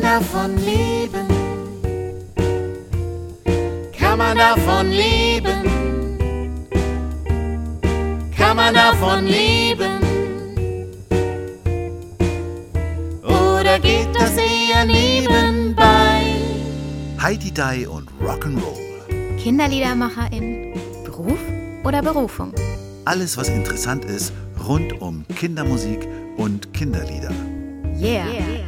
davon leben? Kann man davon leben? Kann man davon leben? Oder geht das eher nebenbei? Heidi Dai und Rock'n'Roll. Kinderliedermacherin, Beruf oder Berufung? Alles, was interessant ist, rund um Kindermusik und Kinderlieder. Yeah.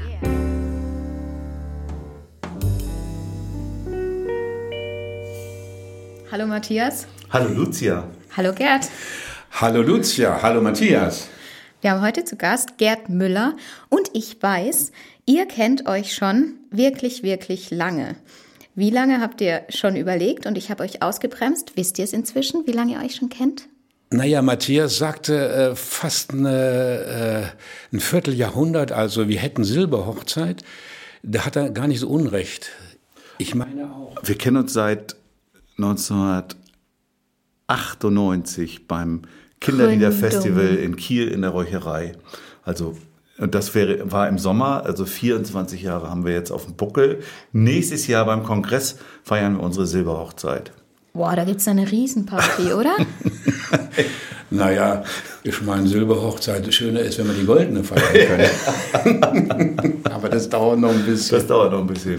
Hallo Matthias. Hallo Lucia. Hallo Gerd. Hallo Lucia, hallo Matthias. Wir haben heute zu Gast Gerd Müller und ich weiß, ihr kennt euch schon wirklich, wirklich lange. Wie lange habt ihr schon überlegt und ich habe euch ausgebremst? Wisst ihr es inzwischen, wie lange ihr euch schon kennt? Naja, Matthias sagte fast ein Vierteljahrhundert, also wir hätten Silberhochzeit. Da hat er gar nicht so unrecht. Ich meine auch. Wir kennen uns seit 1998 beim Kinderliederfestival in Kiel in der Räucherei. Also das war im Sommer, also 24 Jahre haben wir jetzt auf dem Buckel. Nächstes Jahr beim Kongress feiern wir unsere Silberhochzeit. Boah, da gibt's eine Riesenparty, oder? Naja, ich meine, Silberhochzeit, das Schöne ist, wenn wir die goldene feiern können. Aber das dauert noch ein bisschen. Das dauert noch ein bisschen.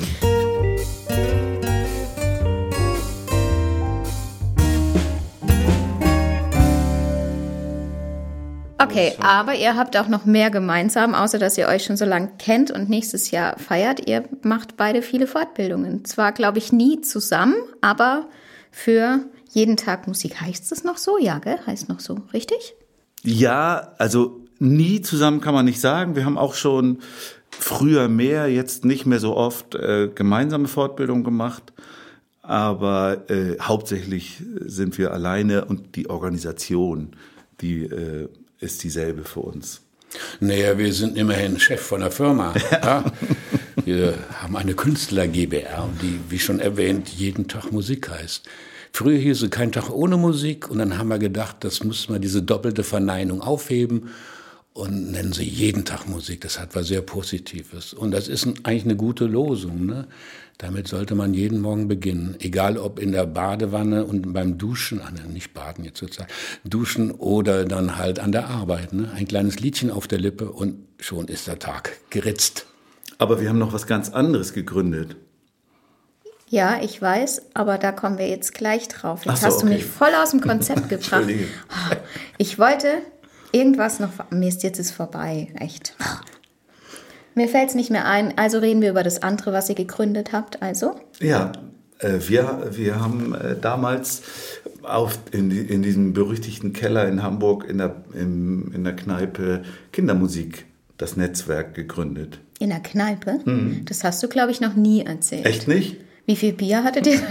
Okay, aber ihr habt auch noch mehr gemeinsam, außer dass ihr euch schon so lange kennt und nächstes Jahr feiert. Ihr macht beide viele Fortbildungen. Zwar, glaube ich, nie zusammen, aber für jeden Tag Musik. Heißt es noch so? Ja, gell? Heißt noch so, richtig? Ja, also nie zusammen kann man nicht sagen. Wir haben auch schon früher mehr, jetzt nicht mehr so oft gemeinsame Fortbildungen gemacht. Aber hauptsächlich sind wir alleine und die Organisation, die ist dieselbe für uns. Naja, wir sind immerhin Chef von der Firma. Ja? Wir haben eine Künstler GbR, die, wie schon erwähnt, jeden Tag Musik heißt. Früher hieß es kein Tag ohne Musik und dann haben wir gedacht, das muss man diese doppelte Verneinung aufheben und nennen sie jeden Tag Musik. Das hat was sehr Positives und das ist eigentlich eine gute Losung, ne? Damit sollte man jeden Morgen beginnen, egal ob in der Badewanne und beim Duschen, nicht baden jetzt sozusagen, duschen oder dann halt an der Arbeit, ne? Ein kleines Liedchen auf der Lippe und schon ist der Tag geritzt. Aber wir haben noch was ganz anderes gegründet. Ja, ich weiß, aber da kommen wir jetzt gleich drauf. Jetzt Ach so, hast du mich voll aus dem Konzept gebracht. Ich wollte irgendwas noch... Mist, jetzt ist vorbei, echt. Mir fällt es nicht mehr ein, also reden wir über das andere, was ihr gegründet habt, also? Ja, wir haben damals in diesem berüchtigten Keller in Hamburg in der Kneipe Kindermusik das Netzwerk gegründet. In der Kneipe? Mhm. Das hast du, glaube ich, noch nie erzählt. Echt nicht? Wie viel Bier hattet ihr?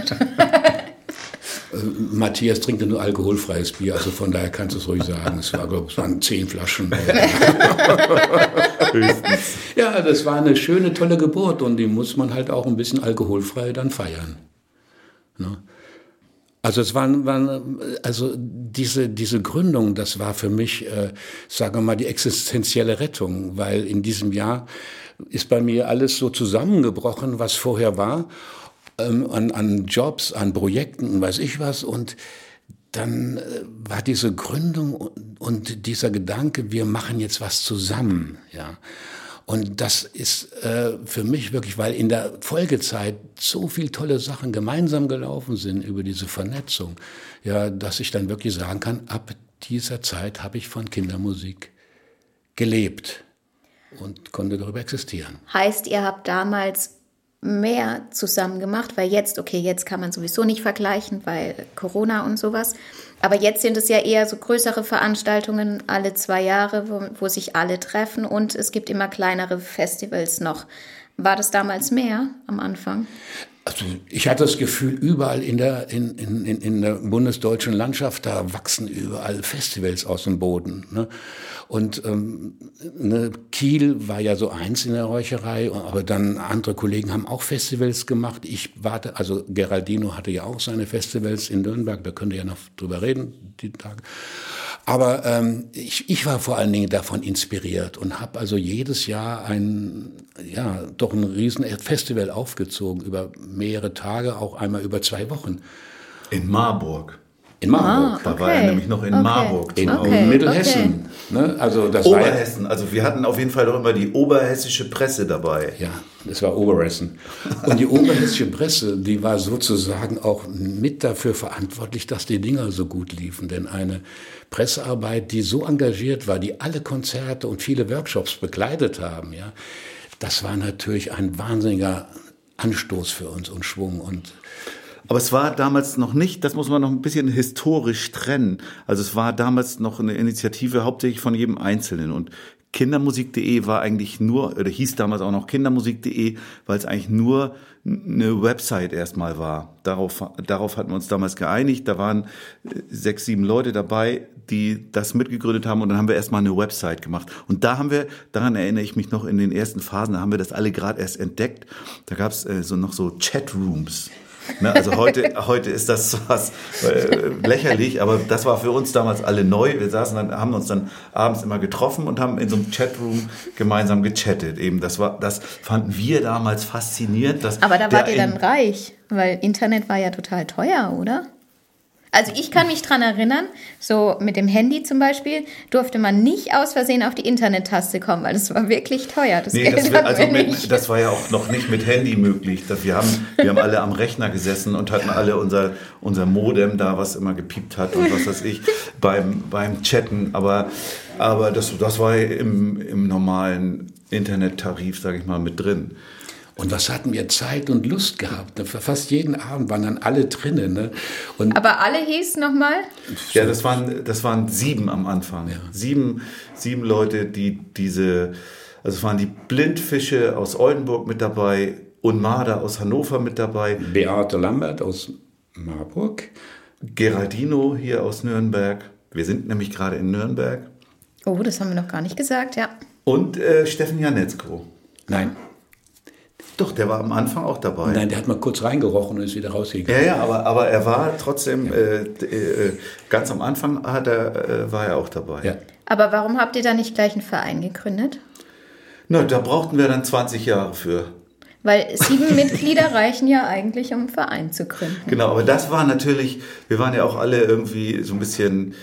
Matthias trinkt ja nur alkoholfreies Bier, also von daher kannst du es ruhig sagen. Es waren 10 Flaschen. Höchstens. Ja, das war eine schöne, tolle Geburt und die muss man halt auch ein bisschen alkoholfrei dann feiern. Ne? Also diese Gründung, das war für mich, sagen wir mal, die existenzielle Rettung, weil in diesem Jahr ist bei mir alles so zusammengebrochen, was vorher war. An Jobs, an Projekten und weiß ich was. Und dann war diese Gründung und dieser Gedanke, wir machen jetzt was zusammen. Ja. Und das ist für mich wirklich, weil in der Folgezeit so viele tolle Sachen gemeinsam gelaufen sind über diese Vernetzung, ja, dass ich dann wirklich sagen kann, ab dieser Zeit habe ich von Kindermusik gelebt und konnte darüber existieren. Heißt, ihr habt damals mehr zusammen gemacht, weil jetzt kann man sowieso nicht vergleichen, weil Corona und sowas. Aber jetzt sind es ja eher so größere Veranstaltungen alle 2 Jahre, wo sich alle treffen und es gibt immer kleinere Festivals noch. War das damals mehr am Anfang? Also ich hatte das Gefühl, überall in der bundesdeutschen Landschaft, da wachsen überall Festivals aus dem Boden. Ne? Und Kiel war ja so eins in der Räucherei, aber dann andere Kollegen haben auch Festivals gemacht. Also Geraldino hatte ja auch seine Festivals in Nürnberg, da könnt ihr ja noch drüber reden, die Tage. Aber ich war vor allen Dingen davon inspiriert und habe also jedes Jahr doch ein riesen Festival aufgezogen über mehrere Tage, auch einmal über 2 Wochen. In Marburg. In Marburg. Da war er nämlich noch in Marburg. In Mittelhessen. Ne? Also das Oberhessen. Also wir hatten auf jeden Fall doch immer die oberhessische Presse dabei. Ja, das war Oberhessen. Und die oberhessische Presse, die war sozusagen auch mit dafür verantwortlich, dass die Dinger so gut liefen. Denn eine Pressearbeit, die so engagiert war, die alle Konzerte und viele Workshops begleitet haben, ja, das war natürlich ein wahnsinniger Anstoß für uns und Schwung. Aber es war damals noch nicht, das muss man noch ein bisschen historisch trennen. Also es war damals noch eine Initiative hauptsächlich von jedem Einzelnen. Und Kindermusik.de war eigentlich nur, oder hieß damals auch noch Kindermusik.de, weil es eigentlich nur eine Website erstmal war. Darauf hatten wir uns damals geeinigt. Da waren 6, 7 Leute dabei, die das mitgegründet haben. Und dann haben wir erstmal eine Website gemacht. Und da haben wir, daran erinnere ich mich noch in den ersten Phasen, da haben wir das alle gerade erst entdeckt. Da gab es noch so Chatrooms. Ne, also heute ist das was lächerlich, aber das war für uns damals alle neu. Wir haben uns dann abends immer getroffen und haben in so einem Chatroom gemeinsam gechattet. Eben, das fanden wir damals faszinierend. Aber da wart ihr dann reich, weil Internet war ja total teuer, oder? Also ich kann mich dran erinnern, so mit dem Handy zum Beispiel, durfte man nicht aus Versehen auf die Internet-Taste kommen, weil das war wirklich teuer. Das war ja auch noch nicht mit Handy möglich. Wir haben alle am Rechner gesessen und hatten alle unser Modem da, was immer gepiept hat und was weiß ich, beim Chatten. Aber das war im normalen Internettarif, sage ich mal, mit drin. Und was hatten wir Zeit und Lust gehabt? Fast jeden Abend waren dann alle drinnen. Ne? Aber alle hieß nochmal? Ja, das waren 7 am Anfang. Ja. 7 Leute, also es waren die Blindfische aus Oldenburg mit dabei, Unmada aus Hannover mit dabei. Beate Lambert aus Marburg. Geraldino hier aus Nürnberg. Wir sind nämlich gerade in Nürnberg. Oh, das haben wir noch gar nicht gesagt, ja. Und Steffen Janetzko. Nein. Doch, der war am Anfang auch dabei. Nein, der hat mal kurz reingerochen und ist wieder rausgegangen. Ja, aber er war trotzdem, ganz am Anfang war er auch dabei. Ja. Aber warum habt ihr da nicht gleich einen Verein gegründet? Na, da brauchten wir dann 20 Jahre für. Weil 7 Mitglieder reichen ja eigentlich, um einen Verein zu gründen. Genau, aber das war natürlich, wir waren ja auch alle irgendwie so ein bisschen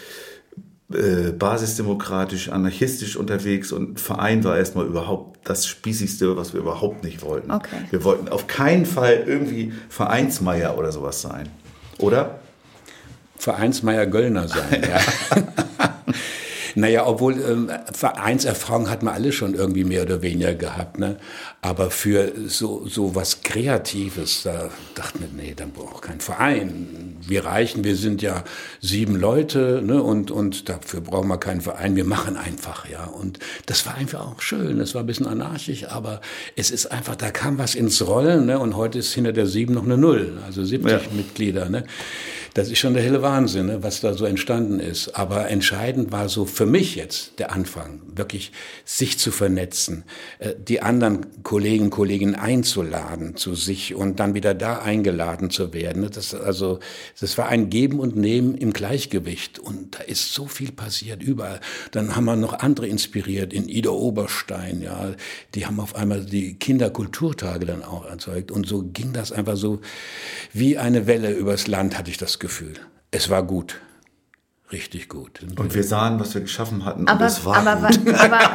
basisdemokratisch, anarchistisch unterwegs und Verein war erstmal überhaupt das Spießigste, was wir überhaupt nicht wollten. Okay. Wir wollten auf keinen Fall irgendwie Vereinsmeier oder sowas sein, oder? Vereinsmeier-Göllner sein, ja. Naja, obwohl Vereinserfahrung hatten wir alle schon irgendwie mehr oder weniger gehabt, ne? Aber für so was Kreatives, da dachten wir, nee, dann braucht kein Verein. Wir sind ja 7 Leute, ne? Und dafür brauchen wir keinen Verein. Wir machen einfach, ja. Und das war einfach auch schön. Das war ein bisschen anarchisch, aber es ist einfach, da kam was ins Rollen, ne? Und heute ist hinter der 7 noch eine 0, also 70 Mitglieder, ne? Das ist schon der helle Wahnsinn, ne, was da so entstanden ist. Aber entscheidend war so für mich jetzt der Anfang, wirklich sich zu vernetzen, die anderen Kolleginnen einzuladen zu sich und dann wieder da eingeladen zu werden. Das war ein Geben und Nehmen im Gleichgewicht. Und da ist so viel passiert überall. Dann haben wir noch andere inspiriert, in Ida Oberstein, ja. Die haben auf einmal die Kinderkulturtage dann auch erzeugt. Und so ging das einfach so wie eine Welle übers Land, hatte ich das Gefühl. Es war gut. Richtig gut. Und wir sahen, was wir geschaffen hatten, aber, und es war gut.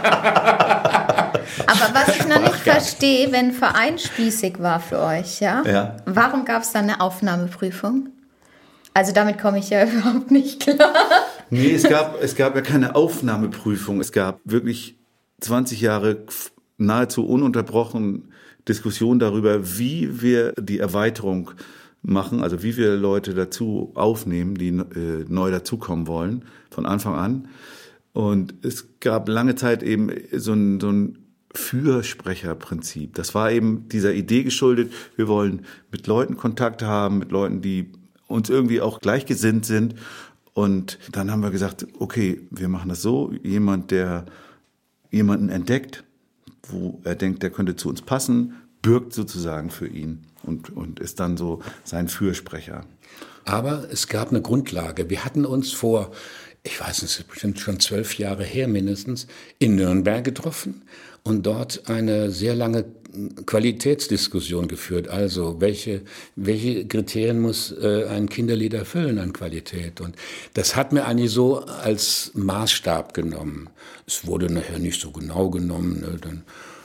Aber was ich noch nicht verstehe, wenn Verein spießig war für euch, ja? Warum gab es dann eine Aufnahmeprüfung? Also damit komme ich ja überhaupt nicht klar. Nee, es gab ja keine Aufnahmeprüfung. Es gab wirklich 20 Jahre nahezu ununterbrochen Diskussion darüber, wie wir die Erweiterung machen, also wie wir Leute dazu aufnehmen, die neu dazukommen wollen, von Anfang an. Und es gab lange Zeit eben so ein Fürsprecherprinzip. Das war eben dieser Idee geschuldet, wir wollen mit Leuten Kontakt haben, mit Leuten, die uns irgendwie auch gleichgesinnt sind. Und dann haben wir gesagt, okay, wir machen das so, jemand, der jemanden entdeckt, wo er denkt, der könnte zu uns passen, bürgt sozusagen für ihn und ist dann so sein Fürsprecher. Aber es gab eine Grundlage. Wir hatten uns vor ich weiß nicht, es ist bestimmt schon 12 Jahre her mindestens, in Nürnberg getroffen und dort eine sehr lange Qualitätsdiskussion geführt. Also welche Kriterien muss ein Kinderlied erfüllen an Qualität? Und das hat mir eigentlich so als Maßstab genommen. Es wurde nachher nicht so genau genommen. Ne?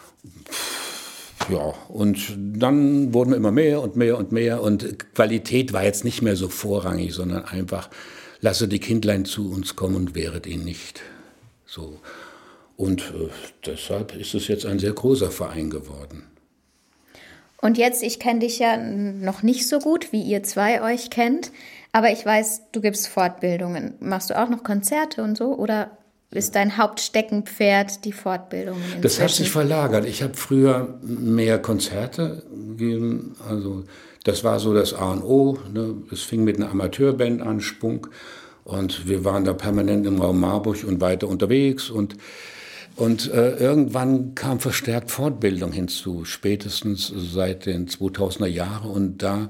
Und dann wurden wir immer mehr und mehr und mehr. Und Qualität war jetzt nicht mehr so vorrangig, sondern einfach, lasse die Kindlein zu uns kommen und wehret ihn nicht. So. Und deshalb ist es jetzt ein sehr großer Verein geworden. Und jetzt, ich kenne dich ja noch nicht so gut, wie ihr zwei euch kennt, aber ich weiß, du gibst Fortbildungen. Machst du auch noch Konzerte und so, oder ist dein Hauptsteckenpferd die Fortbildungen inzwischen? Das hat sich verlagert. Ich habe früher mehr Konzerte gegeben, also das war so das A und O. Ne? Es fing mit einer Amateurband an, Spunk, und wir waren da permanent im Raum Marburg und weiter unterwegs und irgendwann kam verstärkt Fortbildung hinzu, spätestens seit den 2000er Jahren. Und da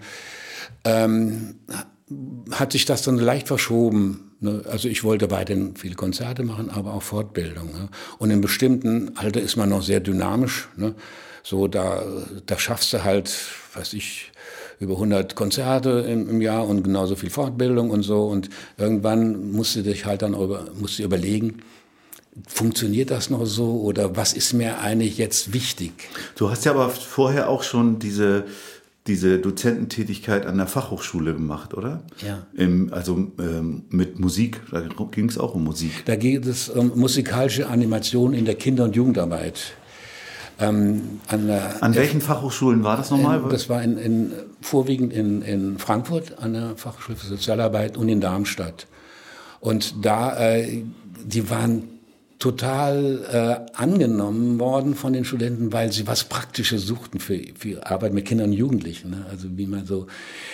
hat sich das dann leicht verschoben. Ne? Also ich wollte weiterhin viele Konzerte machen, aber auch Fortbildung. Ne? Und in bestimmten Alter ist man noch sehr dynamisch. Ne? So, da schaffst du halt, über 100 Konzerte im Jahr und genauso viel Fortbildung und so. Und irgendwann musst du dich halt dann überlegen, funktioniert das noch so oder was ist mir eigentlich jetzt wichtig? Du hast ja aber vorher auch schon diese Dozententätigkeit an der Fachhochschule gemacht, oder? Ja. Mit Musik, da ging es auch um Musik. Da geht es um musikalische Animation in der Kinder- und Jugendarbeit. An welchen Fachhochschulen war das nochmal? Das war vorwiegend in Frankfurt an der Fachhochschule für Sozialarbeit und in Darmstadt. Und da, die waren total angenommen worden von den Studenten, weil sie was Praktisches suchten für Arbeit mit Kindern und Jugendlichen. Ne? Also wie man so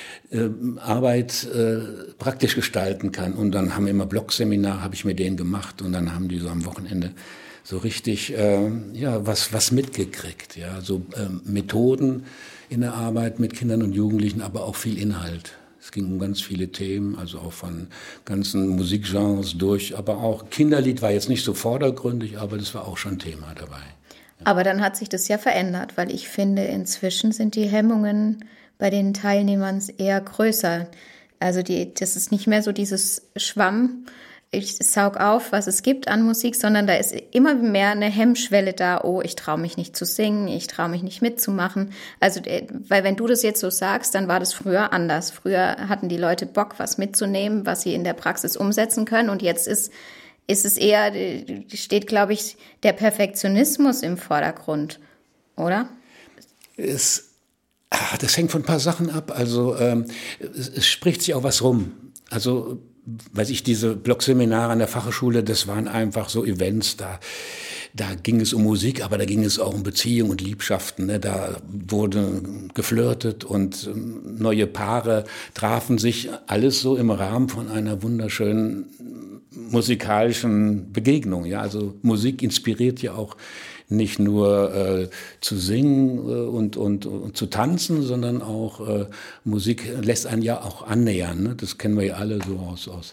Arbeit praktisch gestalten kann. Und dann haben wir immer Blogseminare, habe ich mit denen gemacht. Und dann haben die so am Wochenende so richtig was mitgekriegt. Ja? So Methoden in der Arbeit mit Kindern und Jugendlichen, aber auch viel Inhalt. Es ging um ganz viele Themen, also auch von ganzen Musikgenres durch, aber auch Kinderlied war jetzt nicht so vordergründig, aber das war auch schon Thema dabei. Ja. Aber dann hat sich das ja verändert, weil ich finde, inzwischen sind die Hemmungen bei den Teilnehmern eher größer. Also das ist nicht mehr so dieses Schwamm, ich saug auf, was es gibt an Musik, sondern da ist immer mehr eine Hemmschwelle da, oh, ich traue mich nicht zu singen, ich traue mich nicht mitzumachen. Also, weil wenn du das jetzt so sagst, dann war das früher anders. Früher hatten die Leute Bock, was mitzunehmen, was sie in der Praxis umsetzen können, und jetzt ist es eher, steht, glaube ich, der Perfektionismus im Vordergrund, oder? Das hängt von ein paar Sachen ab. Also es spricht sich auch was rum. Also diese Blogseminare an der Fachhochschule, das waren einfach so Events, da ging es um Musik, aber da ging es auch um Beziehungen und Liebschaften. Ne? Da wurde geflirtet und neue Paare trafen sich, alles so im Rahmen von einer wunderschönen musikalischen Begegnung. Ja? Also Musik inspiriert ja auch nicht nur zu singen und zu tanzen, sondern auch Musik lässt einen ja auch annähern. Ne? Das kennen wir ja alle so aus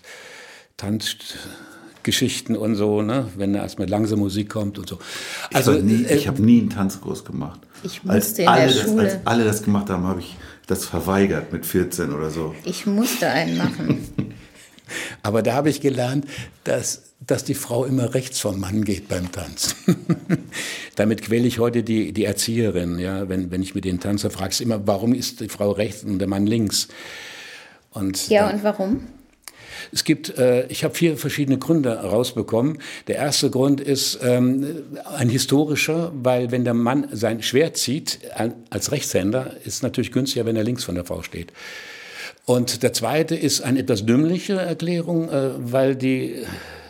Tanzgeschichten und so, ne? Wenn erst mit langsamer Musik kommt und so. Also ich habe nie einen Tanzkurs gemacht. Ich musste in der Schule. Als alle das gemacht haben, habe ich das verweigert mit 14 oder so. Ich musste einen machen. Aber da habe ich gelernt, dass die Frau immer rechts vom Mann geht beim Tanzen. Damit quäle ich heute die Erzieherin. Ja? Wenn ich mit den Tanzer frage, immer, warum ist die Frau rechts und der Mann links? Und warum? Es gibt, ich habe 4 verschiedene Gründe rausbekommen. Der erste Grund ist ein historischer, weil wenn der Mann sein Schwert zieht, als Rechtshänder, ist es natürlich günstiger, wenn er links von der Frau steht. Und der zweite ist eine etwas dümmliche Erklärung, weil die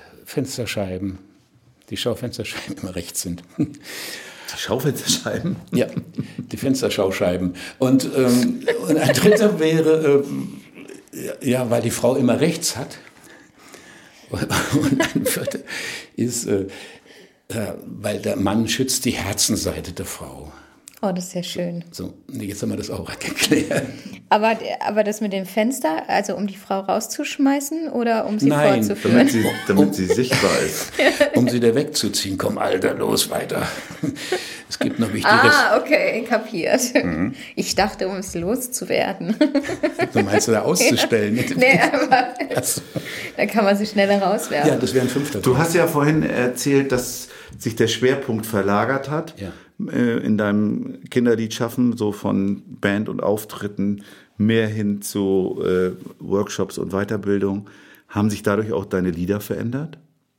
Schaufensterscheiben immer rechts sind. Die Schaufensterscheiben? Ja, die Fensterschauscheiben. Und ein dritter wäre, weil die Frau immer rechts hat. Und ein vierter ist, weil der Mann schützt die Herzenseite der Frau. Oh, das ist ja schön. So, jetzt haben wir das auch geklärt. Aber das mit dem Fenster, also um die Frau rauszuschmeißen oder um sie Nein, vorzuführen? Damit sie sichtbar ist. Um sie da wegzuziehen. Komm, Alter, los, weiter. Es gibt noch Wichtiges. Okay, kapiert. Ich dachte, um es loszuwerden. Du meinst, da auszustellen? Nee, aber Also, dann kann man sie schneller rauswerfen. ja, das wäre ein 5. Du hast ja vorhin erzählt, dass sich der Schwerpunkt verlagert hat in deinem Kinderliedschaffen, so von Band und Auftritten mehr hin zu Workshops und Weiterbildung. Haben sich dadurch auch deine Lieder verändert?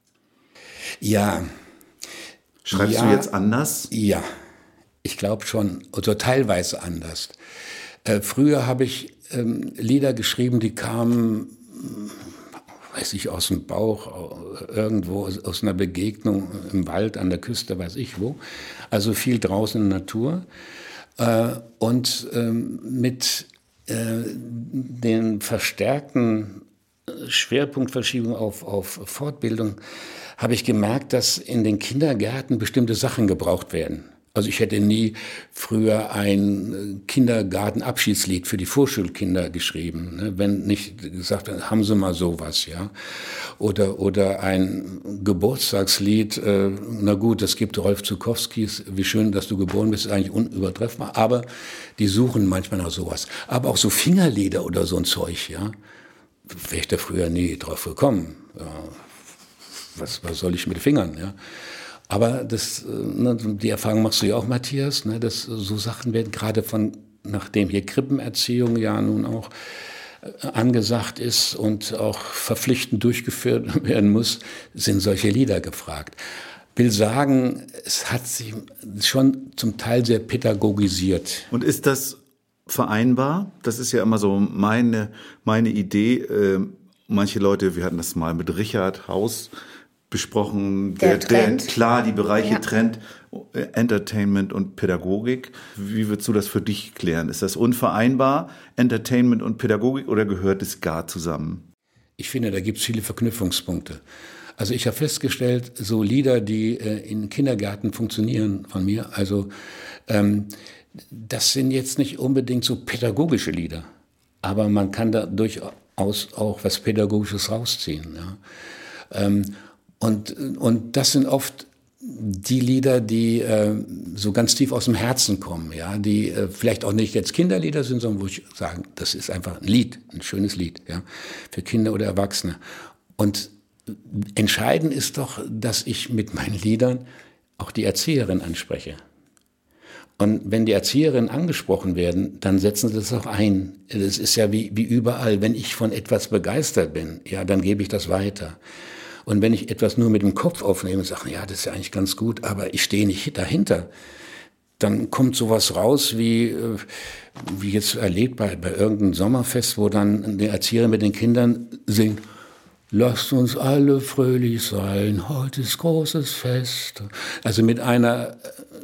Ja. Schreibst du jetzt anders? Ja, ich glaube schon, also teilweise anders. Früher habe ich Lieder geschrieben, die kamen, weiß ich, aus dem Bauch, irgendwo aus einer Begegnung im Wald, an der Küste, weiß ich wo. Also viel draußen in der Natur. Und mit den verstärkten Schwerpunktverschiebungen auf Fortbildung habe ich gemerkt, dass in den Kindergärten bestimmte Sachen gebraucht werden. Also ich hätte nie früher ein Kindergartenabschiedslied für die Vorschulkinder geschrieben, ne? Wenn nicht gesagt, haben Sie mal sowas, ja. Oder ein Geburtstagslied, na gut, das gibt Rolf Zuckowskis, wie schön, dass du geboren bist, ist eigentlich unübertreffbar, aber die suchen manchmal nach sowas. Aber auch so Fingerlieder oder so ein Zeug, ja. Wäre ich da früher nie drauf gekommen. Ja. Was soll ich mit Fingern, ja. Aber die Erfahrung machst du ja auch, Matthias, ne, dass so Sachen werden, gerade nachdem hier Krippenerziehung ja nun auch angesagt ist und auch verpflichtend durchgeführt werden muss, sind solche Lieder gefragt. Will sagen, es hat sich schon zum Teil sehr pädagogisiert. Und ist das vereinbar? Das ist ja immer so meine Idee. Manche Leute, wir hatten das mal mit Richard Haus besprochen, der klar die Bereiche trennt, Entertainment und Pädagogik. Wie würdest du das für dich klären? Ist das unvereinbar, Entertainment und Pädagogik, oder gehört es gar zusammen? Ich finde, da gibt es viele Verknüpfungspunkte. Also ich habe festgestellt, so Lieder, die in Kindergärten funktionieren von mir, also das sind jetzt nicht unbedingt so pädagogische Lieder, aber man kann da durchaus auch was Pädagogisches rausziehen. Ja. Und das sind oft die Lieder, die so ganz tief aus dem Herzen kommen, ja, die vielleicht auch nicht jetzt Kinderlieder sind, sondern wo ich sage, das ist einfach ein Lied, ein schönes Lied, ja, für Kinder oder Erwachsene. Und entscheidend ist doch, dass ich mit meinen Liedern auch die Erzieherin anspreche. Und wenn die Erzieherinnen angesprochen werden, dann setzen sie das auch ein. Das ist ja wie überall. Wenn ich von etwas begeistert bin, ja, dann gebe ich das weiter. Und wenn ich etwas nur mit dem Kopf aufnehme und sage, ja, das ist ja eigentlich ganz gut, aber ich stehe nicht dahinter, dann kommt sowas raus wie jetzt erlebt bei irgendeinem Sommerfest, wo dann eine Erzieherin mit den Kindern singt, lasst uns alle fröhlich sein, heute ist großes Fest. Also mit einem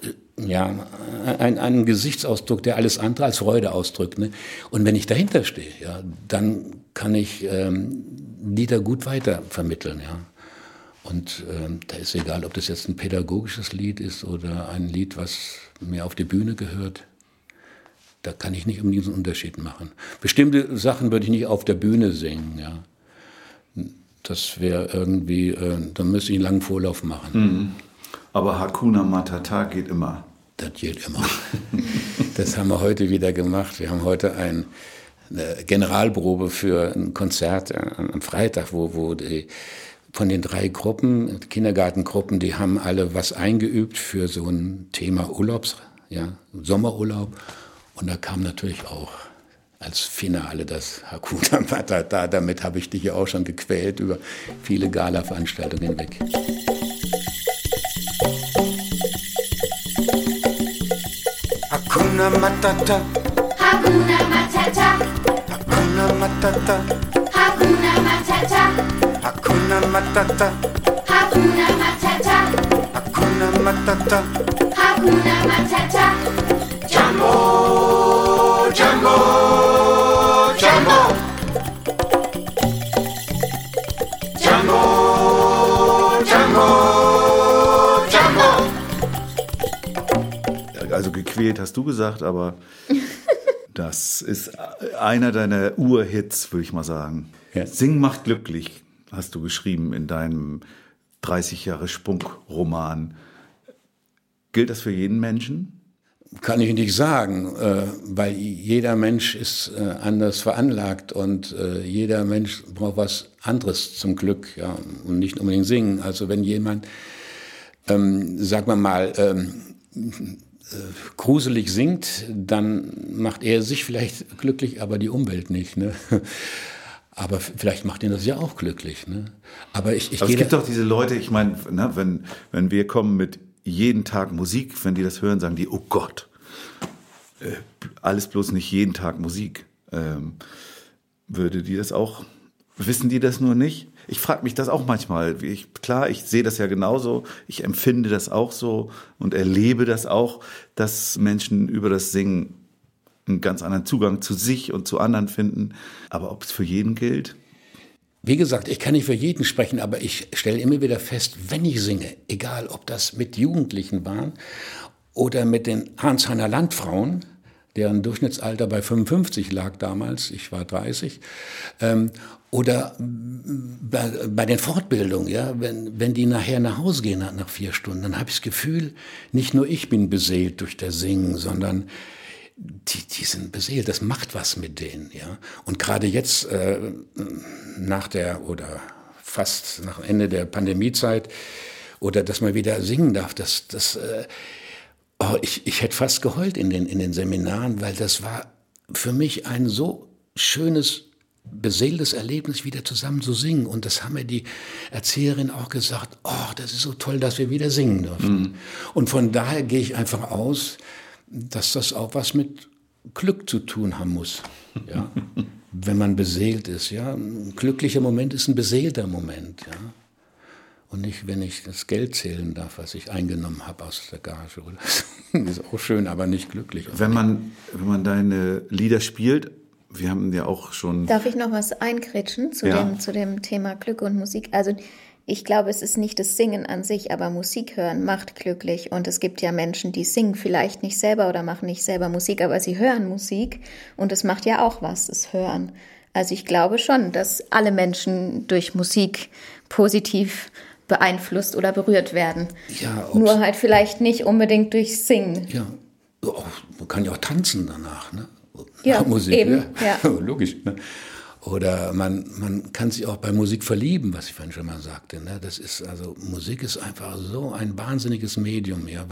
Gesichtsausdruck, der alles andere als Freude ausdrückt. Ne? Und wenn ich dahinter stehe, ja, dann kann ich Lieder gut weiter vermitteln. Ja? Und da ist egal, ob das jetzt ein pädagogisches Lied ist oder ein Lied, was mir auf die Bühne gehört. Da kann ich nicht unbedingt einen Unterschied machen. Bestimmte Sachen würde ich nicht auf der Bühne singen. Ja? Das wäre irgendwie, da müsste ich einen langen Vorlauf machen. Mhm. Aber Hakuna Matata geht immer. Das geht immer. Das haben wir heute wieder gemacht. Wir haben heute eine Generalprobe für ein Konzert am Freitag, wo die von den 3 Gruppen, Kindergartengruppen, die haben alle was eingeübt für so ein Thema Sommerurlaub. Und da kam natürlich auch als Finale das Hakuna Matata. Damit habe ich dich ja auch schon gequält über viele Gala-Veranstaltungen hinweg. Hakuna Matata, Hakuna Matata, Hakuna Matata, Hakuna Matata, Hakuna Matata, Hakuna Matata, Hakuna Matata. Hakuna Matata. Jumbo, Jumbo, Jumbo. Jumbo, Jumbo, Jumbo. Also gequält, hast du gesagt, aber das ist einer deiner Urhits, würde ich mal sagen. Ja. Singen macht glücklich, hast du geschrieben in deinem 30 Jahre Spunk-Roman. Gilt das für jeden Menschen? Kann ich nicht sagen, weil jeder Mensch ist anders veranlagt und jeder Mensch braucht was anderes zum Glück, ja, und nicht unbedingt singen. Also wenn jemand, sagen wir mal, gruselig singt, dann macht er sich vielleicht glücklich, aber die Umwelt nicht, ne? Aber vielleicht macht ihn das ja auch glücklich, ne? Aber es gibt doch diese Leute, ich meine, ne, wenn wir kommen mit jeden Tag Musik, wenn die das hören, sagen die, oh Gott, alles bloß nicht jeden Tag Musik. Würde die das auch, wissen die das nur nicht? Ich frage mich das auch manchmal. Klar, ich sehe das ja genauso, ich empfinde das auch so und erlebe das auch, dass Menschen über das Singen einen ganz anderen Zugang zu sich und zu anderen finden. Aber ob es für jeden gilt? Wie gesagt, ich kann nicht für jeden sprechen, aber ich stelle immer wieder fest, wenn ich singe, egal ob das mit Jugendlichen waren oder mit den Arnshainer Landfrauen, deren Durchschnittsalter bei 55 lag damals, ich war 30, oder bei den Fortbildungen, ja, wenn die nachher nach Hause gehen nach 4 Stunden, dann habe ich das Gefühl, nicht nur ich bin beseelt durch das Singen, sondern die sind beseelt, das macht was mit denen, ja. Und gerade jetzt fast nach Ende der Pandemiezeit oder dass man wieder singen darf, ich hätte fast geheult in den Seminaren, weil das war für mich ein so schönes, beseeltes Erlebnis, wieder zusammen zu singen. Und das haben mir die Erzieherin auch gesagt, das ist so toll, dass wir wieder singen dürfen. Mhm. Und von daher gehe ich einfach aus, dass das auch was mit Glück zu tun haben muss, ja? Wenn man beseelt ist. Ja? Ein glücklicher Moment ist ein beseelter Moment. Ja? Und nicht, wenn ich das Geld zählen darf, was ich eingenommen habe aus der Gage. Das ist auch schön, aber nicht glücklich. Wenn man deine Lieder spielt, wir haben ja auch schon... Darf ich noch was einkritschen zu dem Thema Glück und Musik? Also ich glaube, es ist nicht das Singen an sich, aber Musik hören macht glücklich. Und es gibt ja Menschen, die singen vielleicht nicht selber oder machen nicht selber Musik, aber sie hören Musik und es macht ja auch was, das Hören. Also ich glaube schon, dass alle Menschen durch Musik positiv beeinflusst oder berührt werden. Ja, nur halt vielleicht nicht unbedingt durch Singen. Ja, man kann ja auch tanzen danach, ne? Ja, Musik, eben, ja. Logisch, ne? Oder man kann sich auch bei Musik verlieben, was ich vorhin schon mal sagte. Ne? Musik ist einfach so ein wahnsinniges Medium, ja,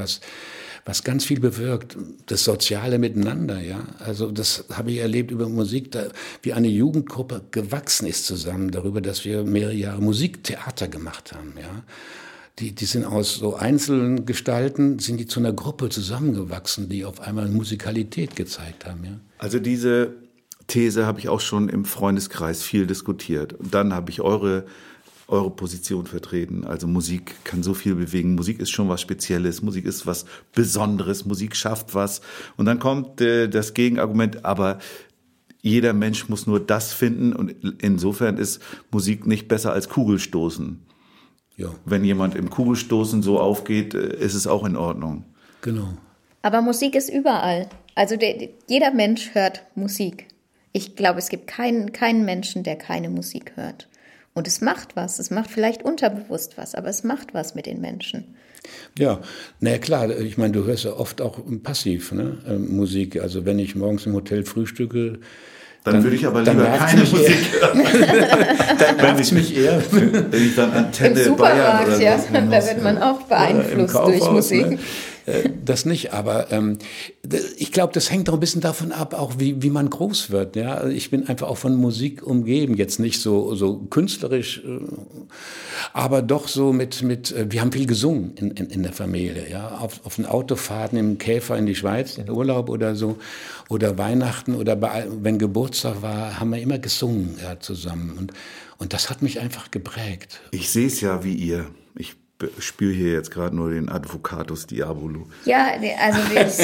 was ganz viel bewirkt. Das soziale Miteinander, ja. Also das habe ich erlebt über Musik, wie eine Jugendgruppe gewachsen ist zusammen, darüber, dass wir mehrere Jahre Musiktheater gemacht haben, ja. Die sind aus so einzelnen Gestalten, sind die zu einer Gruppe zusammengewachsen, die auf einmal Musikalität gezeigt haben, ja. Also diese These habe ich auch schon im Freundeskreis viel diskutiert. Und dann habe ich eure Position vertreten. Also Musik kann so viel bewegen. Musik ist schon was Spezielles. Musik ist was Besonderes. Musik schafft was. Und dann kommt das Gegenargument, aber jeder Mensch muss nur das finden. Und insofern ist Musik nicht besser als Kugelstoßen. Ja. Wenn jemand im Kugelstoßen so aufgeht, ist es auch in Ordnung. Genau. Aber Musik ist überall. Also jeder Mensch hört Musik. Ich glaube, es gibt keinen Menschen, der keine Musik hört. Und es macht was. Es macht vielleicht unterbewusst was, aber es macht was mit den Menschen. Ja, na klar. Ich meine, du hörst ja oft auch passiv, ne? Musik. Also wenn ich morgens im Hotel frühstücke, dann würde ich aber lieber keine Musik hören. Dann nervt mich eher. Wenn ich dann Antenne Im Bayern oder ja, was da wird man auch beeinflusst durch Musik. Ne? Das nicht, aber ich glaube, das hängt auch ein bisschen davon ab, auch wie man groß wird. Ja? Ich bin einfach auch von Musik umgeben, jetzt nicht so künstlerisch, aber doch so mit wir haben viel gesungen in der Familie. Ja? Auf den Autofahrten im Käfer in die Schweiz, in Urlaub oder so, oder Weihnachten oder wenn Geburtstag war, haben wir immer gesungen, ja, zusammen. Und das hat mich einfach geprägt. Ich sehe es ja wie ihr. Ich spüre hier jetzt gerade nur den Advocatus Diabolo. Ja, also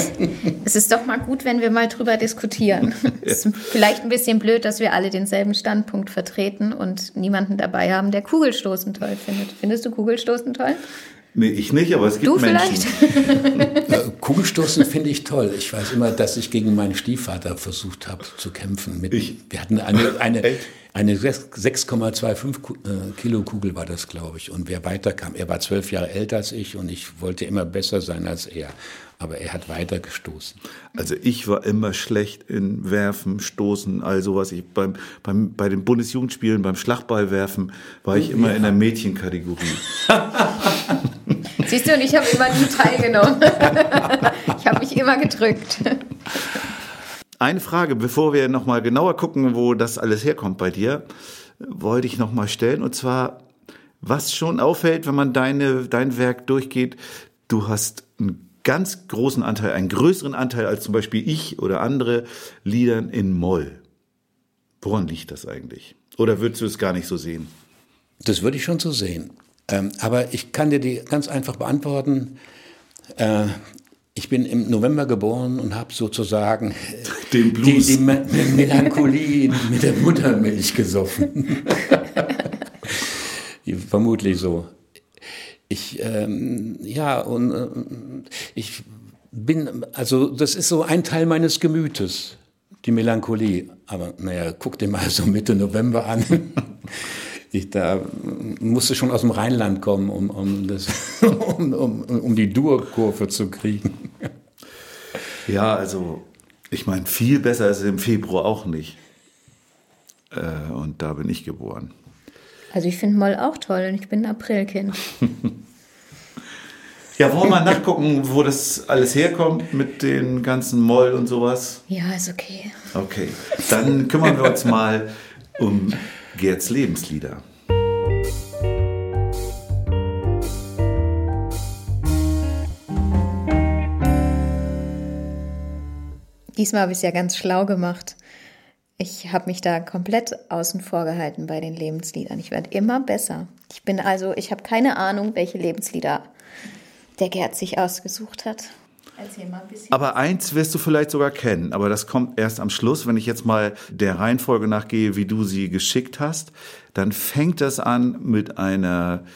es ist doch mal gut, wenn wir mal drüber diskutieren. Es ist vielleicht ein bisschen blöd, dass wir alle denselben Standpunkt vertreten und niemanden dabei haben, der Kugelstoßen toll findet. Findest du Kugelstoßen toll? Nee, ich nicht, aber es gibt Du Menschen. vielleicht? Kugelstoßen finde ich toll. Ich weiß immer, dass ich gegen meinen Stiefvater versucht habe zu kämpfen. Wir hatten eine 6,25 Kilo Kugel war das, glaube ich. Und wer weiterkam, er war 12 Jahre älter als ich und ich wollte immer besser sein als er. Aber er hat weiter gestoßen. Also ich war immer schlecht in Werfen, Stoßen, all sowas. Bei den Bundesjugendspielen, beim Schlagballwerfen war ich immer in der Mädchenkategorie. Siehst du, und ich habe immer nie teilgenommen. Ich habe mich immer gedrückt. Eine Frage, bevor wir nochmal genauer gucken, wo das alles herkommt bei dir, wollte ich nochmal stellen. Und zwar, was schon auffällt, wenn man dein Werk durchgeht, du hast einen ganz großen Anteil, einen größeren Anteil als zum Beispiel ich oder andere Liedern in Moll. Woran liegt das eigentlich? Oder würdest du es gar nicht so sehen? Das würde ich schon so sehen. Aber ich kann dir die ganz einfach beantworten. Ich bin im November geboren und habe sozusagen den Blues. Die Melancholie mit der Muttermilch gesoffen. Vermutlich so. Ich bin, also das ist so ein Teil meines Gemütes, die Melancholie. Aber naja, guck dir mal so Mitte November an. Da musste schon aus dem Rheinland kommen, um die Dur-Kurve zu kriegen. Ja, also ich meine, viel besser ist es im Februar auch nicht. Und da bin ich geboren. Also ich finde Moll auch toll und ich bin ein Aprilkind. Ja, wollen wir mal nachgucken, wo das alles herkommt mit den ganzen Moll und sowas? Ja, ist okay. Okay, dann kümmern wir uns mal um Gerds Lebenslieder. Diesmal habe ich es ja ganz schlau gemacht. Ich habe mich da komplett außen vor gehalten bei den Lebensliedern. Ich werde immer besser. Ich habe keine Ahnung, welche Lebenslieder der Gerd sich ausgesucht hat. Erzähl mal ein bisschen. Aber eins wirst du vielleicht sogar kennen, aber das kommt erst am Schluss. Wenn ich jetzt mal der Reihenfolge nachgehe, wie du sie geschickt hast, dann fängt das an mit einer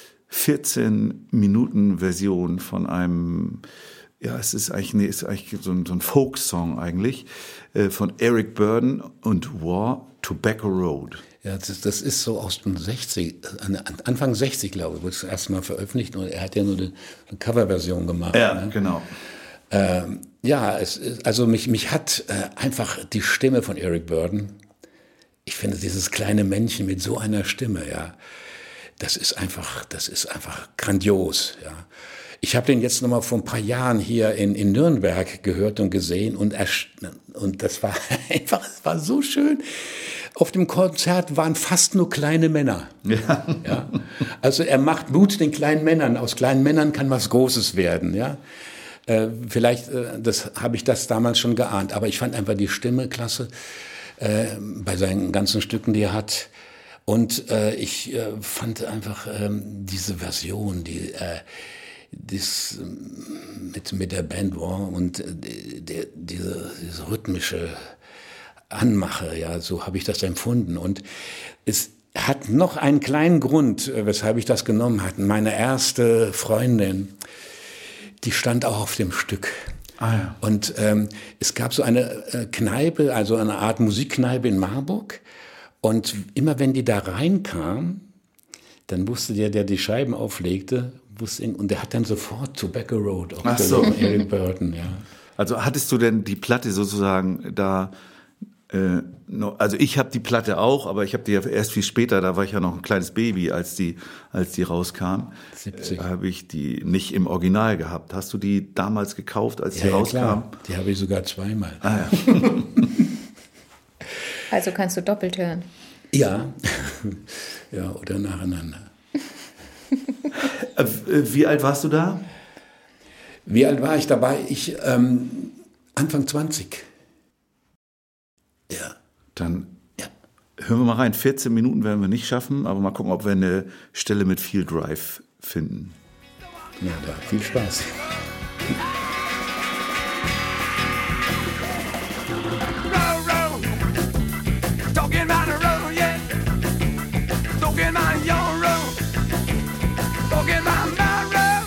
14-Minuten-Version von einem, ja, es ist eigentlich so ein Folk-Song eigentlich, von Eric Burdon und War, Tobacco Road. Ja, das ist so aus den 60, Anfang 60, glaube ich, wurde es erst mal veröffentlicht. Und er hat ja nur eine Coverversion gemacht. Ja, ne? Genau. Mich hat einfach die Stimme von Eric Burdon, ich finde dieses kleine Männchen mit so einer Stimme, ja, das ist einfach grandios, ja. Ich habe den jetzt noch mal vor ein paar Jahren hier in Nürnberg gehört und gesehen und das war einfach, es war so schön. Auf dem Konzert waren fast nur kleine Männer. Ja. Ja. Also er macht Mut den kleinen Männern. Aus kleinen Männern kann was Großes werden, ja. Vielleicht habe ich das damals schon geahnt, aber ich fand einfach die Stimme klasse bei seinen ganzen Stücken, die er hat. Und ich fand einfach diese Version, mit der Band War und diese rhythmische Anmache, ja, so habe ich das empfunden. Und es hat noch einen kleinen Grund, weshalb ich das genommen hatte. Meine erste Freundin, die stand auch auf dem Stück. Ah, ja. Und es gab so eine Kneipe, also eine Art Musikkneipe in Marburg. Und immer wenn die da reinkam, dann wusste der die Scheiben auflegte, und der hat dann sofort Tobacco Road Ach so. Eric Burdon, ja. Also hattest du denn die Platte sozusagen da, also ich habe die Platte auch, aber ich habe die ja erst viel später, da war ich ja noch ein kleines Baby, als die rauskam. 70. Habe ich die nicht im Original gehabt. Hast du die damals gekauft, als die rauskam? Klar. Die habe ich sogar zweimal. Ah, ja. Also kannst du doppelt hören. Ja, ja, oder nacheinander. Wie alt warst du da? Wie alt war ich dabei? Anfang 20. Ja. Dann hören wir mal rein. 14 Minuten werden wir nicht schaffen, aber mal gucken, ob wir eine Stelle mit viel Drive finden. Ja, da viel Spaß. Don't get my your road. Don't get my road.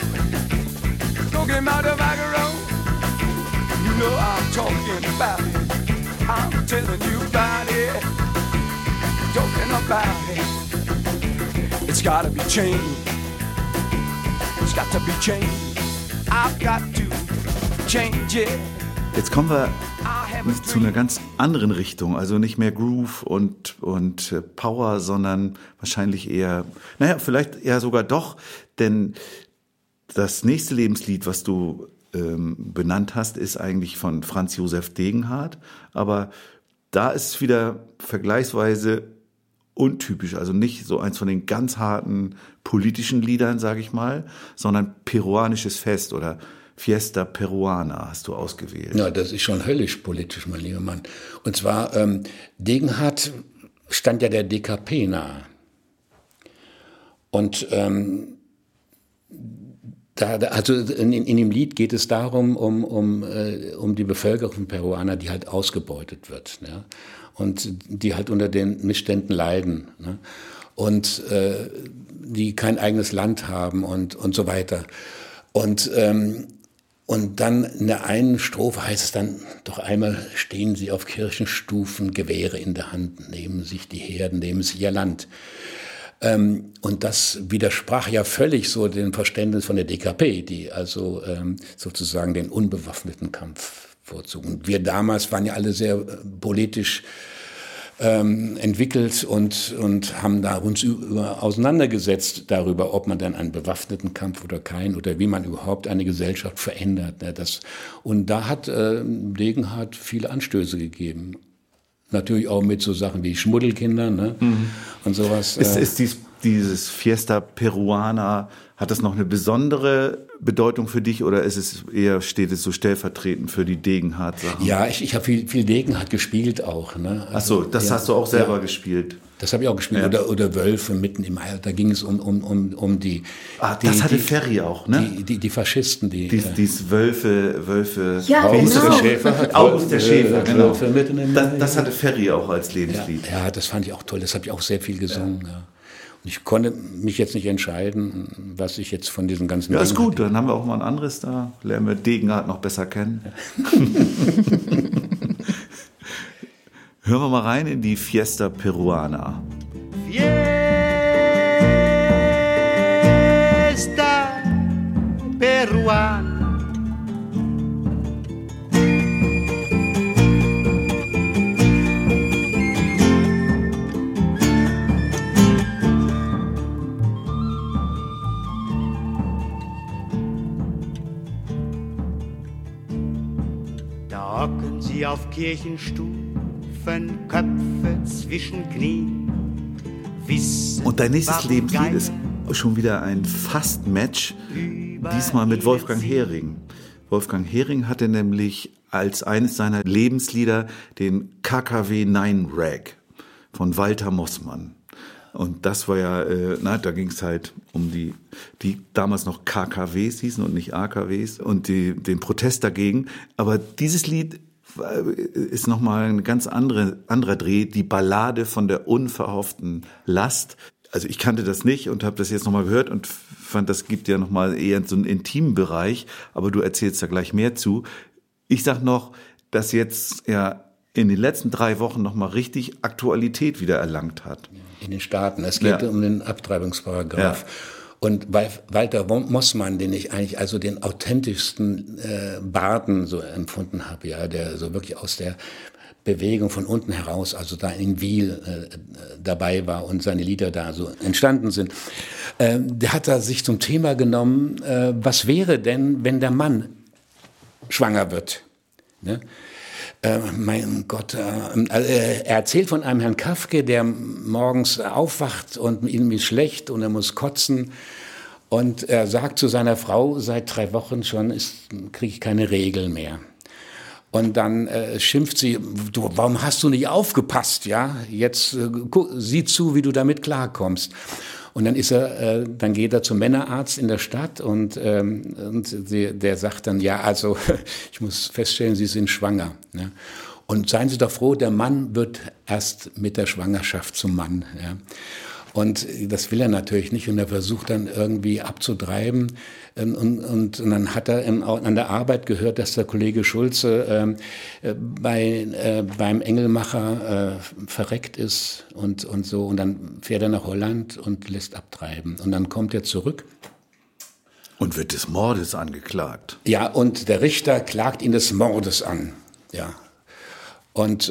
about it. It's gotta be changed. It's got to be changed. I've got to change it. Jetzt kommen wir zu einer ganz anderen Richtung, also nicht mehr Groove und Power, sondern wahrscheinlich eher, vielleicht eher sogar doch, denn das nächste Lebenslied, was du benannt hast, ist eigentlich von Franz Josef Degenhardt, aber da ist es wieder vergleichsweise untypisch, also nicht so eins von den ganz harten politischen Liedern, sage ich mal, sondern peruanisches Fest oder Fiesta Peruana hast du ausgewählt. Ja, das ist schon höllisch politisch, mein lieber Mann. Und zwar, Degenhardt stand ja der DKP nahe. Und also in dem Lied geht es darum, um die Bevölkerung Peruaner, die halt ausgebeutet wird, ja? Und die halt unter den Missständen leiden, ne? Und die kein eigenes Land haben und so weiter. Und dann in der einen Strophe heißt es dann, doch einmal stehen sie auf Kirchenstufen, Gewehre in der Hand, nehmen sich die Herden, nehmen sich ihr Land. Und das widersprach ja völlig so dem Verständnis von der DKP, die also sozusagen den unbewaffneten Kampf vorzogen. Und wir damals waren ja alle sehr politisch entwickelt und haben da uns auseinandergesetzt darüber, ob man dann einen bewaffneten Kampf oder keinen oder wie man überhaupt eine Gesellschaft verändert. Und da hat Degenhardt viele Anstöße gegeben. Natürlich auch mit so Sachen wie Schmuddelkinder, ne? Und sowas. Ist dieses Fiesta Peruana, hat das noch eine besondere Bedeutung für dich oder steht es so stellvertretend für die Degenhardt-Sachen? Ja, ich habe viel Degenhardt gespielt auch. Ne? Also, das hast du auch selber gespielt? Das habe ich auch gespielt. Ja. Oder Wölfe mitten im All. Da ging es um die... das hatte Ferry auch, ne? Die Faschisten. Dieses Wölfe... Ja, August genau. der Schäfer. August der Schäfer, genau. Wölfe mitten im All. Das hatte Ferry auch als Lebenslied. Ja, das fand ich auch toll. Das habe ich auch sehr viel gesungen, ja. Und ich konnte mich jetzt nicht entscheiden, was ich jetzt von diesen ganzen... Ja, ist gut. Dann haben wir auch mal ein anderes da. Lernen wir Degenhardt noch besser kennen. Ja. Hören wir mal rein in die Fiesta Peruana. Fiesta Peruana. Da hocken sie auf Kirchenstufen, Köpfe zwischen Knien. Und dein nächstes Lebenslied ist schon wieder ein Fast-Match, diesmal mit Wolfgang Hering. Wolfgang Hering hatte nämlich als eines seiner Lebenslieder den KKW 9 Rag von Walter Mossmann. Und das war ja, da ging es halt um die damals noch KKWs hießen und nicht AKWs und den Protest dagegen. Aber dieses Lied ist nochmal ein ganz anderer Dreh, die Ballade von der unverhofften Last. Also ich kannte das nicht und habe das jetzt nochmal gehört und fand, das gibt ja nochmal eher so einen intimen Bereich, aber du erzählst da gleich mehr zu. Ich sag noch, dass jetzt ja in den letzten 3 Wochen nochmal richtig Aktualität wieder erlangt hat. In den Staaten. Es geht um den Abtreibungsparagraph. Ja. Und Walter Mossmann, den ich eigentlich also den authentischsten Barden so empfunden habe, ja, der so wirklich aus der Bewegung von unten heraus, also da in Wiel dabei war und seine Lieder da so entstanden sind, der hat da sich zum Thema genommen, was wäre denn, wenn der Mann schwanger wird? Ne? Mein Gott, er erzählt von einem Herrn Kafke, der morgens aufwacht und ihm ist schlecht und er muss kotzen. Und er sagt zu seiner Frau, seit 3 Wochen schon kriege ich keine Regel mehr. Und dann schimpft sie, warum hast du nicht aufgepasst? Ja, jetzt sieh zu, wie du damit klarkommst. Und dann dann geht er zum Männerarzt in der Stadt und der sagt dann, ja, also ich muss feststellen, Sie sind schwanger. Ne? Und seien Sie doch froh, der Mann wird erst mit der Schwangerschaft zum Mann. Ja? Und das will er natürlich nicht und er versucht dann irgendwie abzutreiben. Und dann hat er an der Arbeit gehört, dass der Kollege Schulze beim Engelmacher verreckt ist und so. Und dann fährt er nach Holland und lässt abtreiben. Und dann kommt er zurück. Und wird des Mordes angeklagt. Ja, und der Richter klagt ihn des Mordes an. Ja. Und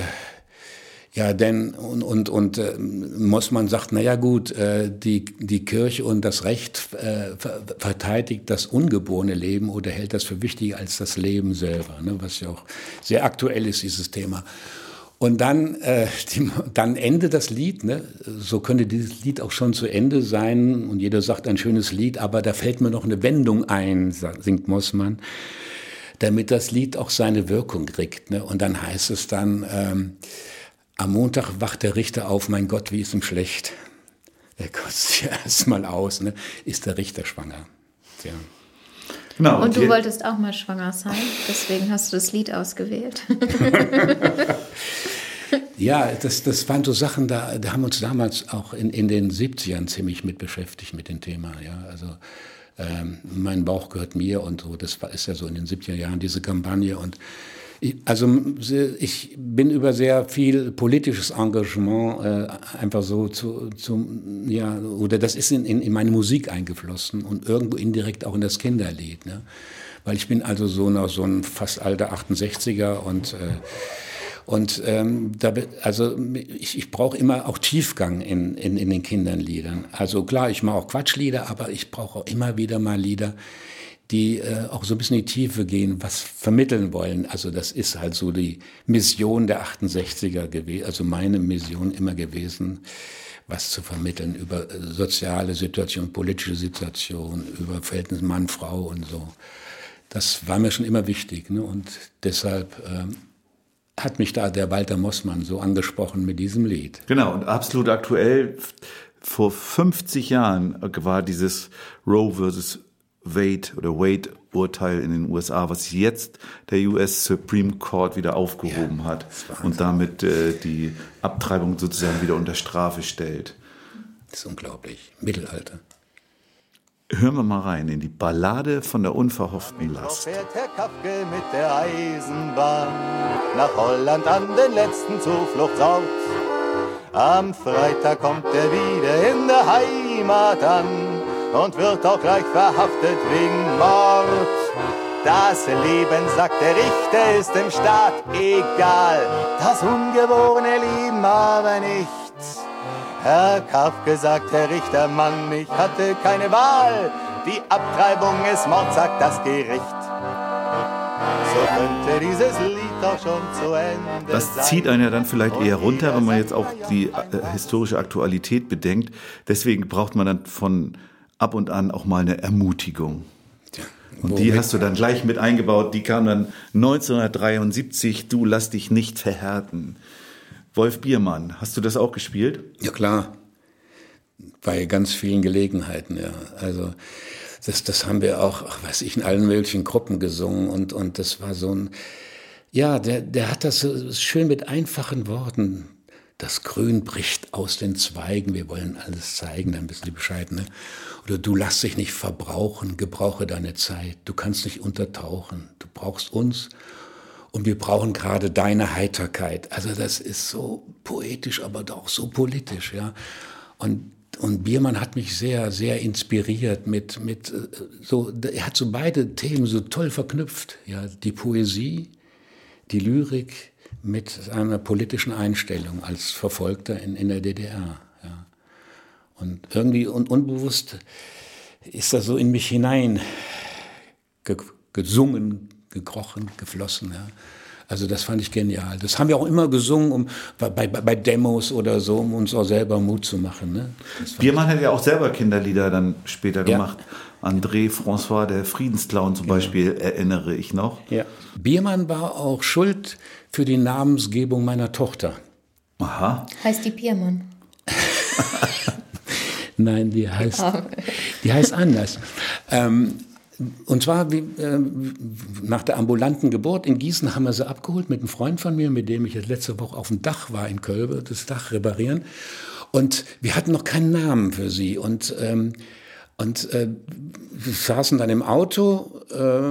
Mossmann sagt, naja gut, die Kirche und das Recht verteidigt das ungeborene Leben oder hält das für wichtiger als das Leben selber, ne, was ja auch sehr aktuell ist, dieses Thema. Und dann endet das Lied, ne? So könnte dieses Lied auch schon zu Ende sein und jeder sagt ein schönes Lied, aber da fällt mir noch eine Wendung ein, singt Mossmann, damit das Lied auch seine Wirkung kriegt. Ne? Und dann heißt es dann, am Montag wacht der Richter auf, mein Gott, wie ist ihm schlecht. Er kotzt sich erstmal aus, ne? Ist der Richter schwanger. Tja. Genau, und du wolltest auch mal schwanger sein, deswegen hast du das Lied ausgewählt. Ja, das waren so Sachen, da haben wir uns damals auch in den 70ern ziemlich mit beschäftigt mit dem Thema. Ja? Also mein Bauch gehört mir und so, ist ja so in den 70er Jahren diese Kampagne und ich bin über sehr viel politisches Engagement einfach so oder das ist in meine Musik eingeflossen und irgendwo indirekt auch in das Kinderlied, ne? Weil ich bin also so ein fast alter 68er ich brauche immer auch Tiefgang in den Kindernliedern. Also klar, ich mache auch Quatschlieder, aber ich brauche auch immer wieder mal Lieder, die auch so ein bisschen in die Tiefe gehen, was vermitteln wollen. Also das ist halt so die Mission der 68er gewesen, also meine Mission immer gewesen, was zu vermitteln über soziale Situation, politische Situation, über Verhältnis Mann-Frau und so. Das war mir schon immer wichtig, ne? Und deshalb hat mich da der Walter Mossmann so angesprochen mit diesem Lied. Genau, und absolut aktuell, vor 50 Jahren war dieses Roe versus Wade-Urteil in den USA, was jetzt der US Supreme Court wieder aufgehoben hat und damit die Abtreibung sozusagen wieder unter Strafe stellt. Das ist unglaublich. Mittelalter. Hören wir mal rein in die Ballade von der unverhofften Last. Fährt Herr Kafke mit der Eisenbahn nach Holland an den letzten Zufluchtsort. Am Freitag kommt er wieder in der Heimat an und wird auch gleich verhaftet wegen Mord. Das Leben, sagt der Richter, ist dem Staat egal, das ungeborene Leben aber nicht. Herr Kafke, sagt der Richter, Mann, ich hatte keine Wahl, die Abtreibung ist Mord, sagt das Gericht. So könnte dieses Lied auch schon zu Ende Das sein. zieht einen ja dann vielleicht eher runter, wenn man jetzt auch die historische Aktualität bedenkt. Deswegen braucht man dann von ab und an auch mal eine Ermutigung. Und die hast du dann gleich mit eingebaut. Die kam dann 1973, Du lass dich nicht verhärten. Wolf Biermann, hast du das auch gespielt? Ja klar, bei ganz vielen Gelegenheiten, ja. Also das haben wir auch, in allen möglichen Gruppen gesungen und das war so ein, ja, der hat das so schön mit einfachen Worten. Das Grün bricht aus den Zweigen, wir wollen alles zeigen, dann bist du Bescheid, ne? Oder du lass dich nicht verbrauchen, gebrauche deine Zeit, du kannst nicht untertauchen, du brauchst uns und wir brauchen gerade deine Heiterkeit. Also das ist so poetisch, aber auch so politisch, ja. Und Biermann hat mich sehr, sehr inspiriert mit so, er hat so beide Themen so toll verknüpft, ja, die Poesie, die Lyrik, mit einer politischen Einstellung als Verfolgter in der DDR. Ja. Und irgendwie unbewusst ist das so in mich hinein gesungen, gekrochen, geflossen. Ja. Also das fand ich genial. Das haben wir auch immer gesungen, bei Demos oder so, um uns auch selber Mut zu machen. Ne? Biermann hat ja auch selber Kinderlieder dann später gemacht. André François, der Friedensclown zum Beispiel, erinnere ich noch. Ja. Biermann war auch schuld für die Namensgebung meiner Tochter. Aha. Heißt die Biermann? Nein, die heißt anders. Und zwar nach der ambulanten Geburt in Gießen haben wir sie abgeholt mit einem Freund von mir, mit dem ich jetzt letzte Woche auf dem Dach war in Kölbe, das Dach reparieren. Und wir hatten noch keinen Namen für sie. Und wir saßen dann im Auto,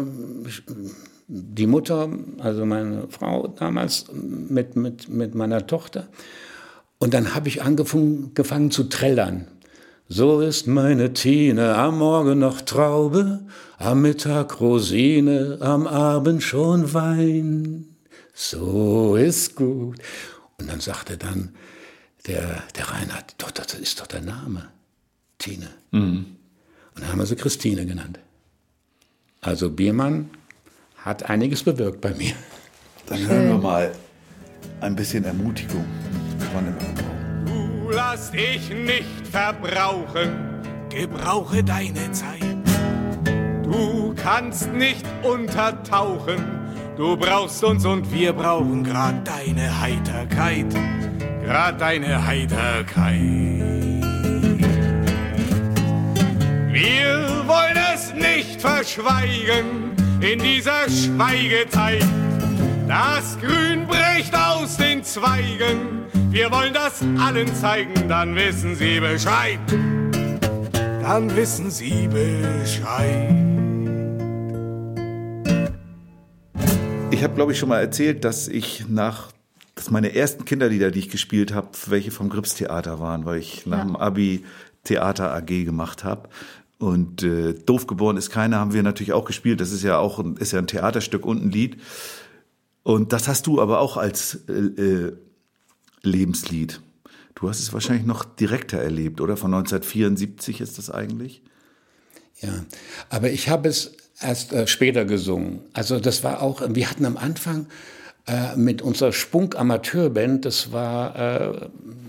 die Mutter, also meine Frau damals, mit meiner Tochter. Und dann habe ich angefangen zu trällern. So ist meine Tine, am Morgen noch Traube, am Mittag Rosine, am Abend schon Wein. So ist gut. Und dann sagte dann der Reinhard, doch, das ist doch der Name, Tine. Und dann haben wir sie Christine genannt. Also Biermann hat einiges bewirkt bei mir. Dann hören wir mal ein bisschen Ermutigung. Du lass dich nicht verbrauchen, gebrauche deine Zeit. Du kannst nicht untertauchen, du brauchst uns und wir brauchen grad deine Heiterkeit, grad deine Heiterkeit. Wir wollen es nicht verschweigen in dieser Schweigezeit. Das Grün bricht aus den Zweigen, wir wollen das allen zeigen, dann wissen sie Bescheid. Dann wissen sie Bescheid. Ich habe, glaube ich, schon mal erzählt, dass meine ersten Kinderlieder, die ich gespielt habe, welche vom Gripstheater waren, weil ich nach dem Abi Theater AG gemacht habe. Und Doof geboren ist keiner haben wir natürlich auch gespielt. Das ist ja ein Theaterstück und ein Lied. Und das hast du aber auch als Lebenslied. Du hast es wahrscheinlich noch direkter erlebt, oder? Von 1974 ist das eigentlich? Ja, aber ich habe es erst später gesungen. Also das war auch, wir hatten am Anfang mit unserer Spunk Amateurband, das war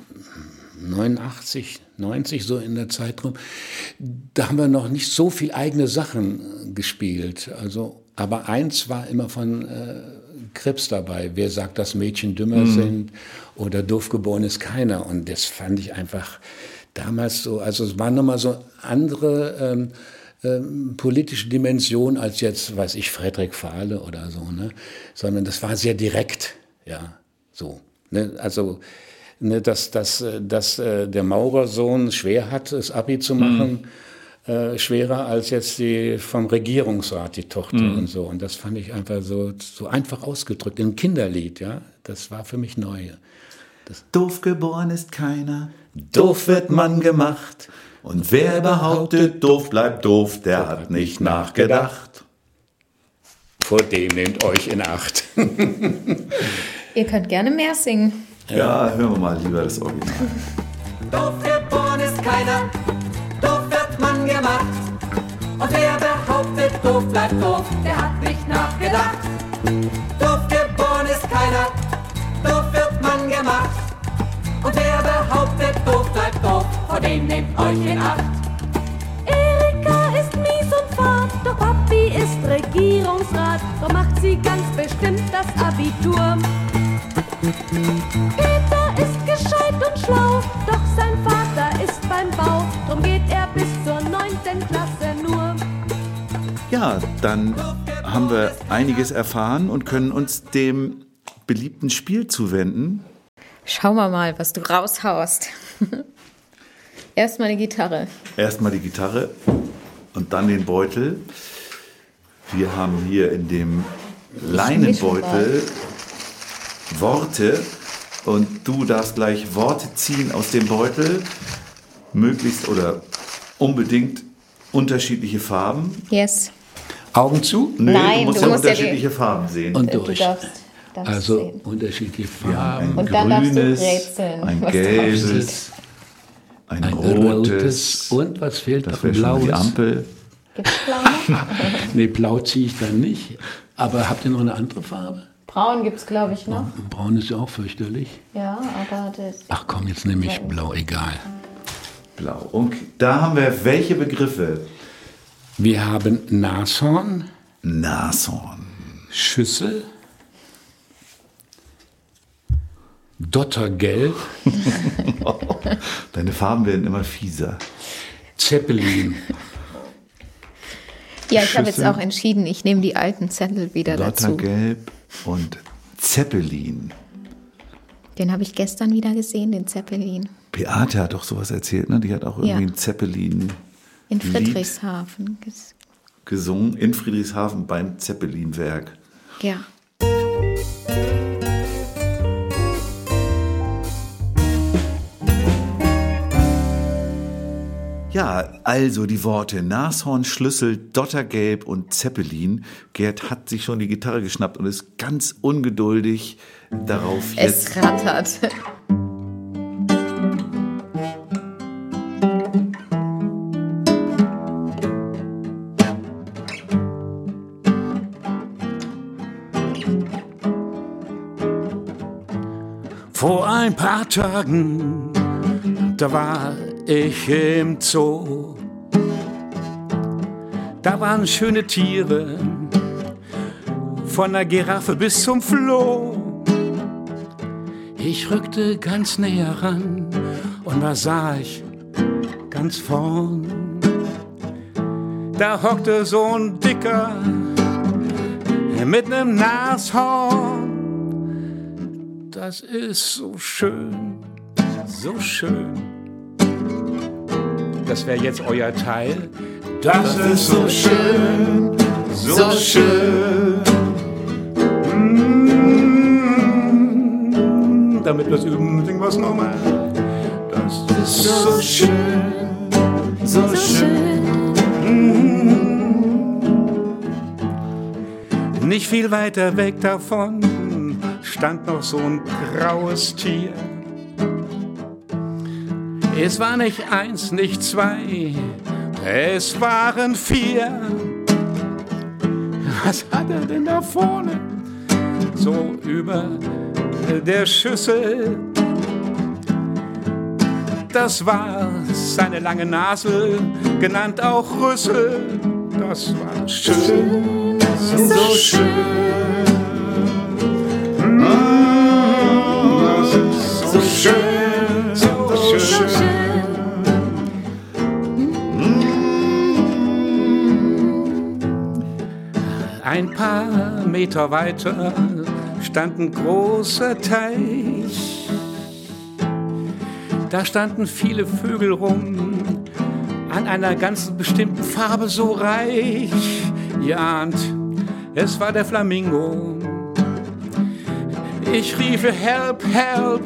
89, 90, so in der Zeit rum, da haben wir noch nicht so viel eigene Sachen gespielt. Also, aber eins war immer von Krips dabei. Wer sagt, dass Mädchen dümmer sind? Oder doof geboren ist keiner. Und das fand ich einfach damals so, also es war nochmal so andere politische Dimension als jetzt, weiß ich, Friedrich Fahle oder so, ne? Sondern das war sehr direkt, ja, so. Ne? Also, ne, dass der Maurersohn schwer hat, das Abi zu machen, schwerer als jetzt die vom Regierungsrat, die Tochter und so. Und das fand ich einfach so einfach ausgedrückt. Im Kinderlied, ja, das war für mich neu. Doof geboren ist keiner, doof wird man gemacht. Und wer behauptet, doof bleibt doof, der hat nicht nachgedacht. Vor dem nehmt euch in Acht. Ihr könnt gerne mehr singen. Ja, hören wir mal lieber das Original. Doof geboren ist keiner, doof wird man gemacht. Und wer behauptet, doof bleibt doof, der hat nicht nachgedacht. Doof geboren ist keiner, doof wird man gemacht. Und wer behauptet, doof bleibt doof, vor dem nehmt euch in Acht. Erika ist mies und fad, doch Papi ist Regierungsrat. So macht sie ganz bestimmt das Abitur. Peter ist gescheit und schlau, doch sein Vater ist beim Bau. Drum geht er bis zur 9. Klasse nur. Ja, dann haben wir einiges erfahren und können uns dem beliebten Spiel zuwenden. Schauen wir mal, was du raushaust. Erstmal die Gitarre. Erstmal die Gitarre und dann den Beutel. Wir haben hier in dem Leinenbeutel Worte und du darfst gleich Worte ziehen aus dem Beutel. Möglichst oder unbedingt unterschiedliche Farben. Yes. Augen zu? Nö, Nein, du musst du ja musst ja unterschiedliche Farben sehen. Und Du durch. darfst Also sehen. unterschiedliche Ja, Farben. ein Und dann darfst du grünes, rätseln, ein was gelbes, ein rotes. Und was fehlt Das noch? wäre Ein schon mal die blaues. Ampel. Gibt's blau noch? Nee, blau ziehe ich dann nicht. Aber habt ihr noch eine andere Farbe? Braun gibt's, glaube ich, noch. Braun ist ja auch fürchterlich. Ja, aber das... Ach komm, jetzt nehme ich blau, egal. Blau. Und da haben wir welche Begriffe? Wir haben Nashorn, Nashorn. Schüssel, Dottergelb, Deine Farben werden immer fieser. Zeppelin, Ja, ich habe jetzt Schüssel. auch entschieden, ich nehme die alten Zettel wieder dazu. Lottergelb und Zeppelin. Den habe ich gestern wieder gesehen, den Zeppelin. Beate hat doch sowas erzählt, ne? Die hat auch irgendwie einen Zeppelin in Friedrichshafen gesungen, in Friedrichshafen beim Zeppelinwerk. Ja. Ja, also die Worte Nashorn, Schlüssel, Dottergelb und Zeppelin. Gerd hat sich schon die Gitarre geschnappt und ist ganz ungeduldig darauf jetzt... Es rattert. Vor ein paar Tagen, da war ich im Zoo. Da waren schöne Tiere, von der Giraffe bis zum Floh. Ich rückte ganz näher ran und da sah ich ganz vorn. Da hockte so ein Dicker mit nem Nashorn. Das ist so schön, so schön. Das wäre jetzt euer Teil. Das ist so schön, so schön. Damit wir es üben, singen wir es nochmal. Das ist so schön, so schön. Nicht viel weiter weg davon stand noch so ein graues Tier. Es war nicht 1, nicht 2, es waren 4. Was hat er denn da vorne? So über der Schüssel. Das war seine lange Nase, genannt auch Rüssel. Das war schön, so schön. Das ist so schön, so schön. Ein paar Meter weiter stand ein großer Teich. Da standen viele Vögel rum, an einer ganz bestimmten Farbe so reich. Ihr ahnt, es war der Flamingo. Ich rief help, help.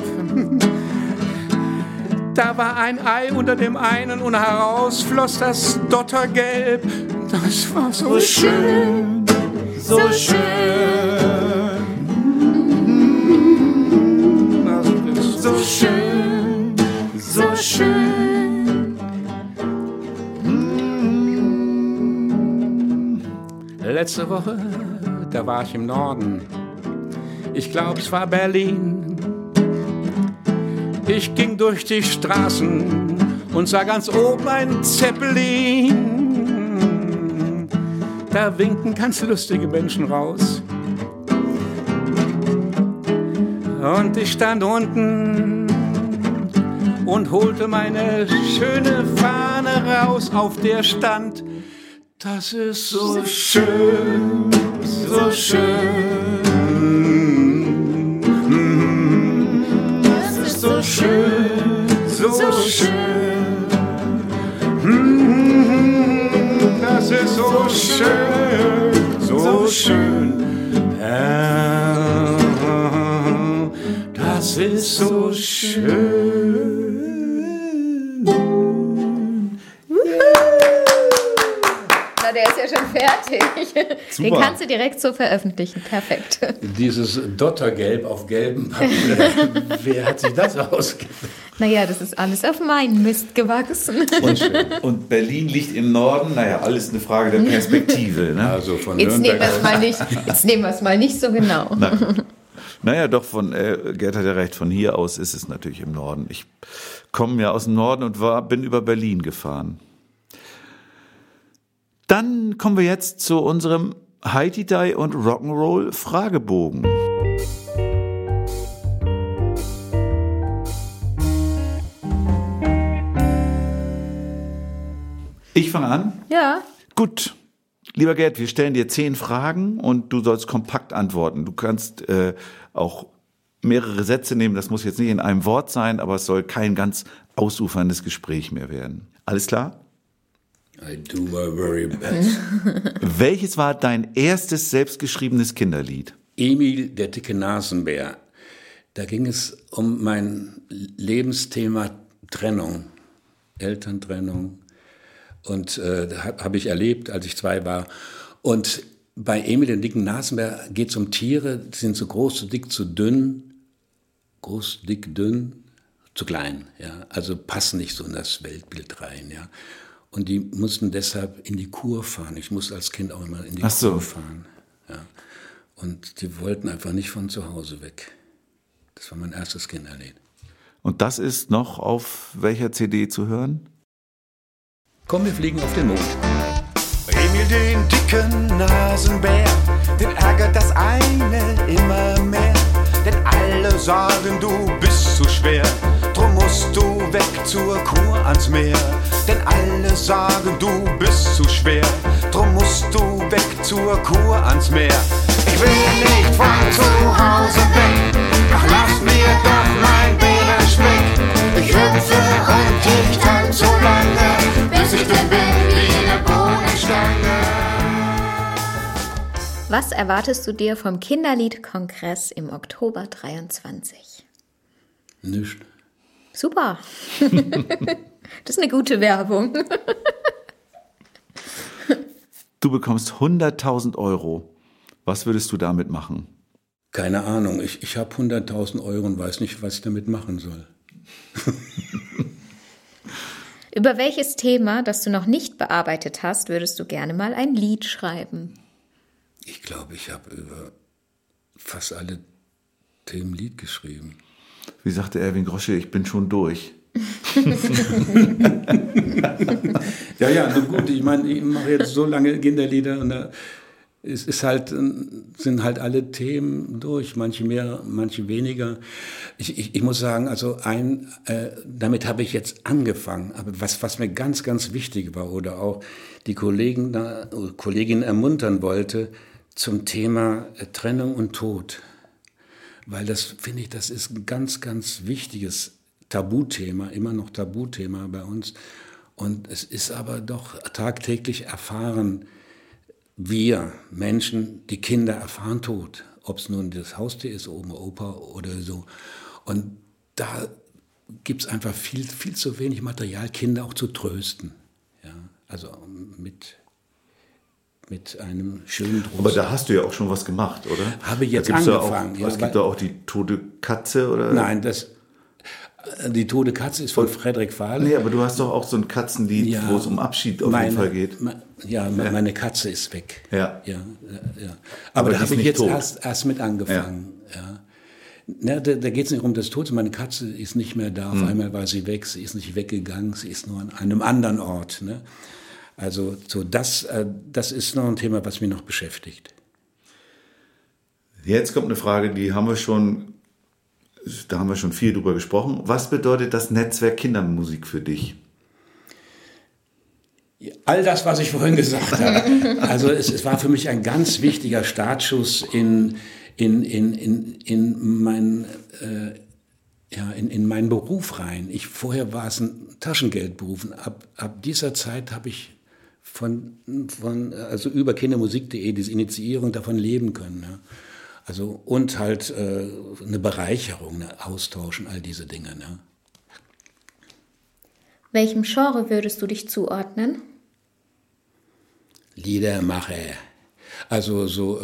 Da war ein Ei unter dem einen und heraus floss das Dottergelb. Das war so schön, so schön. Das ist so schön, so schön. Letzte Woche, da war ich im Norden. Ich glaub, es war Berlin. Ich ging durch die Straßen und sah ganz oben ein Zeppelin. Da winkten ganz lustige Menschen raus. Und ich stand unten und holte meine schöne Fahne raus, auf der stand: Das ist so schön, so schön. Das ist so schön, so schön. Das ist so schön, so schön. Das ist so schön. Na, der ist ja schon fertig. Super. Den kannst du direkt so veröffentlichen. Perfekt. Dieses Dottergelb auf gelbem Papier, wer hat sich das ausgedacht? Naja, das ist alles auf meinen Mist gewachsen. Und Berlin liegt im Norden, naja, alles eine Frage der Perspektive. Ne? Also von Jetzt nehmen Nürnberg wir es mal nicht so genau. Naja, doch, Gerd hat ja recht, von hier aus ist es natürlich im Norden. Ich komme ja aus dem Norden und bin über Berlin gefahren. Dann kommen wir jetzt zu unserem Haiti-Dai und Rock'n'Roll Fragebogen. Ich fange an? Ja. Gut. Lieber Gerd, wir stellen dir 10 Fragen und du sollst kompakt antworten. Du kannst auch mehrere Sätze nehmen. Das muss jetzt nicht in einem Wort sein, aber es soll kein ganz ausuferndes Gespräch mehr werden. Alles klar? I do my very best. Welches war dein erstes selbstgeschriebenes Kinderlied? Emil, der dicke Nasenbär. Da ging es um mein Lebensthema Trennung, Elterntrennung. Und habe ich erlebt, als ich 2 war. Und bei Emil, dem dicken Nasenbär, geht es um Tiere, die sind zu groß, zu dick, zu dünn. Groß, dick, dünn, zu klein. Ja? Also passen nicht so in das Weltbild rein. Ja? Und die mussten deshalb in die Kur fahren. Ich musste als Kind auch immer in die Kur fahren. Ja. Und die wollten einfach nicht von zu Hause weg. Das war mein erstes Kinderlied. Und das ist noch auf welcher CD zu hören? Komm, wir fliegen auf den Mond. Emil, den dicken Nasenbär, den ärgert das eine immer mehr. Denn alle sagen, du bist zu schwer, drum musst du weg zur Kur ans Meer. Denn alle sagen, du bist zu schwer, drum musst du weg zur Kur ans Meer. Ich will nicht von zu Hause weg, ach lass mir doch mein Bärenspeck. Ich hüpfe und ich tanze so lange, bis ich dünn bin wie eine Bohnenstange. Was erwartest du dir vom Kinderliedkongress im Oktober 23? Nichts. Super. Das ist eine gute Werbung. Du bekommst 100.000 Euro. Was würdest du damit machen? Keine Ahnung. Ich habe 100.000 Euro und weiß nicht, was ich damit machen soll. Über welches Thema, das du noch nicht bearbeitet hast, würdest du gerne mal ein Lied schreiben? Ich glaube, ich habe über fast alle Themen Lied geschrieben. Wie sagte Erwin Grosche, ich bin schon durch. Ja, na gut, ich meine, ich mache jetzt so lange Kinderlieder und da sind halt alle Themen durch, manche mehr, manche weniger. Ich muss sagen, also damit habe ich jetzt angefangen, aber was mir ganz, ganz wichtig war oder auch die Kollegin ermuntern wollte zum Thema Trennung und Tod. Weil das, finde ich, das ist ein ganz, ganz wichtiges Tabuthema, immer noch Tabuthema bei uns. Und es ist aber doch tagtäglich erfahren, wir Menschen, die Kinder erfahren Tod. Ob es nun das Haustier ist, Oma, Opa oder so. Und da gibt es einfach viel, viel zu wenig Material, Kinder auch zu trösten. Ja, also mit einem schönen Trost. Aber da hast du ja auch schon was gemacht, oder? Habe jetzt angefangen. Es gibt da auch die tote Katze, oder? Nein, die tote Katze ist von Frederik Fahle. Nee, aber du hast doch auch so ein Katzenlied, ja, wo es um Abschied auf jeden Fall geht. Meine Katze ist weg. Ja. Aber da habe ich jetzt erst mit angefangen. Ja. Da geht es nicht um das Tod. Meine Katze ist nicht mehr da. Auf einmal war sie weg. Sie ist nicht weggegangen. Sie ist nur an einem anderen Ort. Ne? Also so das ist noch ein Thema, was mich noch beschäftigt. Jetzt kommt eine Frage, da haben wir schon viel drüber gesprochen. Was bedeutet das Netzwerk Kindermusik für dich? All das, was ich vorhin gesagt habe. Also es war für mich ein ganz wichtiger Startschuss in meinen Beruf rein. Vorher war es ein Taschengeldberuf. Ab dieser Zeit habe ich also über kindermusik.de diese Initiierung davon leben können. Ja. Also und halt eine Bereicherung, austauschen, all diese Dinge. Ne? Welchem Genre würdest du dich zuordnen? Liedermacher. Also so.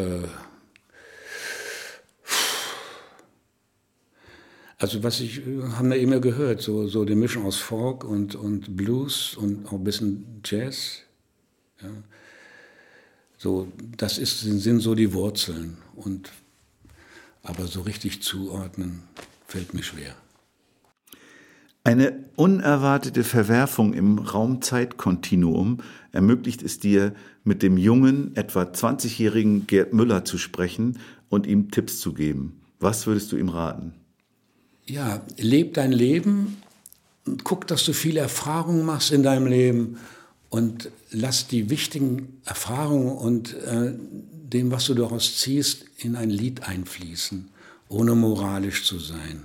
Also was haben wir immer gehört, so die Mischung aus Folk und Blues und auch ein bisschen Jazz. Ja. So, sind so die Wurzeln. Aber so richtig zuordnen fällt mir schwer. Eine unerwartete Verwerfung im Raum-Zeit-Kontinuum ermöglicht es dir, mit dem jungen, etwa 20-jährigen Gerd Müller zu sprechen und ihm Tipps zu geben. Was würdest du ihm raten? Ja, leb dein Leben, guck, dass du viele Erfahrungen machst in deinem Leben und lass die wichtigen Erfahrungen und dem, was du daraus ziehst, in ein Lied einfließen ohne moralisch zu sein.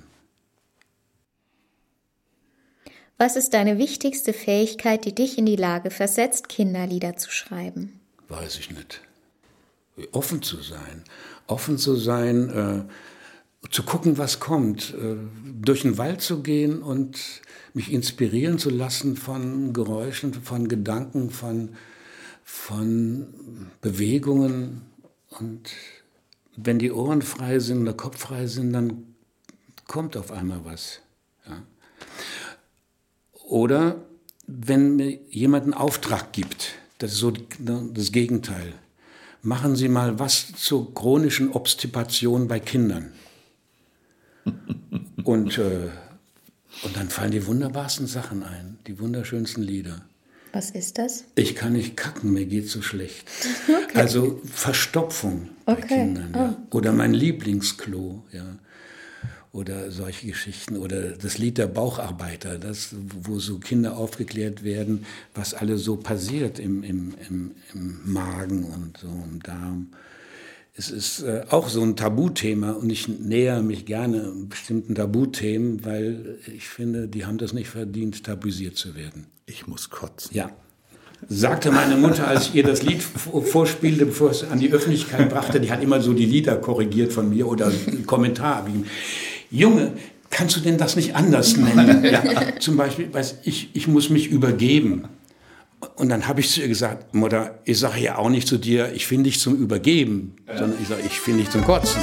Was ist deine wichtigste Fähigkeit, die dich in die Lage versetzt, Kinderlieder zu schreiben? Weiß ich nicht. Offen zu sein, zu gucken, was kommt, durch den Wald zu gehen und mich inspirieren zu lassen von Geräuschen, von Gedanken, von Bewegungen. Und wenn die Ohren frei sind, der Kopf frei sind, dann kommt auf einmal was. Ja. Oder wenn mir jemand einen Auftrag gibt, das ist so das Gegenteil. Machen Sie mal was zur chronischen Obstipation bei Kindern. Und dann fallen die wunderbarsten Sachen ein, die wunderschönsten Lieder. Was ist das? Ich kann nicht kacken, mir geht's so schlecht. Okay. Also Verstopfung bei Kindern. Ja. Oder mein Lieblingsklo, ja. Oder solche Geschichten. Oder das Lied der Baucharbeiter, das, wo so Kinder aufgeklärt werden, was alles so passiert im Magen und so im Darm. Es ist auch so ein Tabuthema und ich nähere mich gerne bestimmten Tabuthemen, weil ich finde, die haben das nicht verdient, tabuisiert zu werden. Ich muss kotzen. Ja. Sagte meine Mutter, als ich ihr das Lied vorspielte, bevor es an die Öffentlichkeit brachte, die hat immer so die Lieder korrigiert von mir oder einen Kommentar. Junge, kannst du denn das nicht anders nennen? Ja, zum Beispiel, ich muss mich übergeben. Und dann habe ich zu ihr gesagt, Mutter, ich sage ja auch nicht zu dir, ich finde dich zum Übergeben, sondern ich sage, ich finde dich zum Kotzen.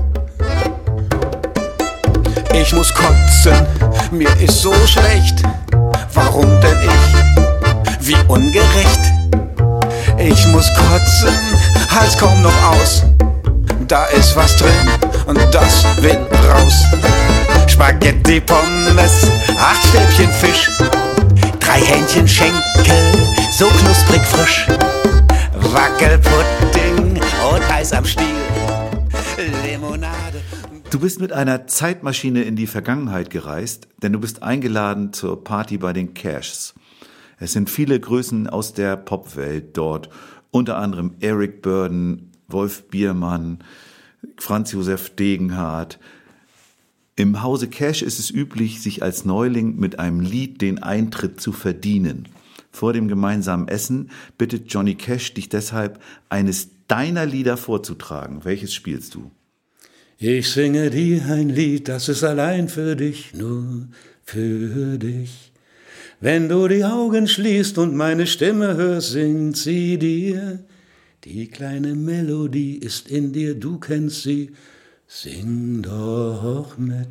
Ich muss kotzen, mir ist so schlecht. Warum denn ich? Wie ungerecht. Ich muss kotzen, Hals kaum noch aus. Da ist was drin und das will raus. Spaghetti, Pommes, 8 Stäbchen Fisch, 3 Hähnchen Schenkel, so knusprig frisch. Wackelpudding und Eis am Stiel, Limonade. Du bist mit einer Zeitmaschine in die Vergangenheit gereist, denn du bist eingeladen zur Party bei den Cashs. Es sind viele Größen aus der Popwelt dort, unter anderem Eric Burdon, Wolf Biermann, Franz Josef Degenhardt. Im Hause Cash ist es üblich, sich als Neuling mit einem Lied den Eintritt zu verdienen. Vor dem gemeinsamen Essen bittet Johnny Cash dich deshalb, eines deiner Lieder vorzutragen. Welches spielst du? Ich singe dir ein Lied, das ist allein für dich, nur für dich. Wenn du die Augen schließt und meine Stimme hörst, singt sie dir. Die kleine Melodie ist in dir, du kennst sie, sing doch mit.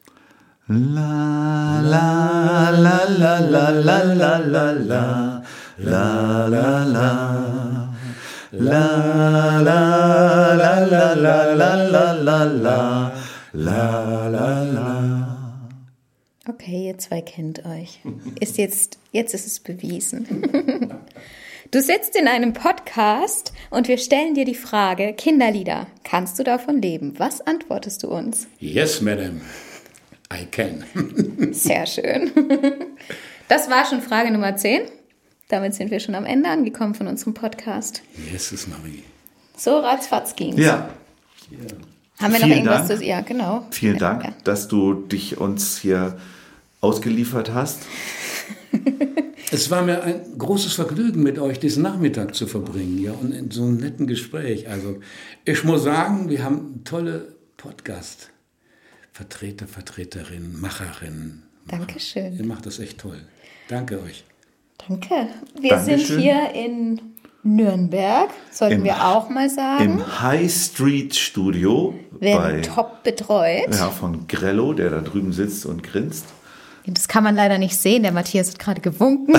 La la la la la la la la la la la la. La la la la la la la la la la la la. Okay, ihr zwei kennt euch. Jetzt ist es bewiesen. Du sitzt in einem Podcast und wir stellen dir die Frage, Kinderlieder, kannst du davon leben? Was antwortest du uns? Yes, madam, I can. Sehr schön. Das war schon Frage Nummer 10. Damit sind wir schon am Ende angekommen von unserem Podcast. Jesus, Marie. So ratzfatz ging's. Ja. Haben wir noch irgendwas zu... Ja, genau. Vielen Dank, dass du dich uns hier ausgeliefert hast. Es war mir ein großes Vergnügen, mit euch diesen Nachmittag zu verbringen, ja, und in so einem netten Gespräch. Also, ich muss sagen, wir haben tolle Podcast-Vertreter, Vertreterinnen, Macherinnen. Dankeschön. Ihr macht das echt toll. Danke euch. Danke. Wir sind hier in Nürnberg, sollten wir auch mal sagen. Im High Street Studio. Werden top betreut. Ja, von Grello, der da drüben sitzt und grinst. Das kann man leider nicht sehen, der Matthias hat gerade gewunken.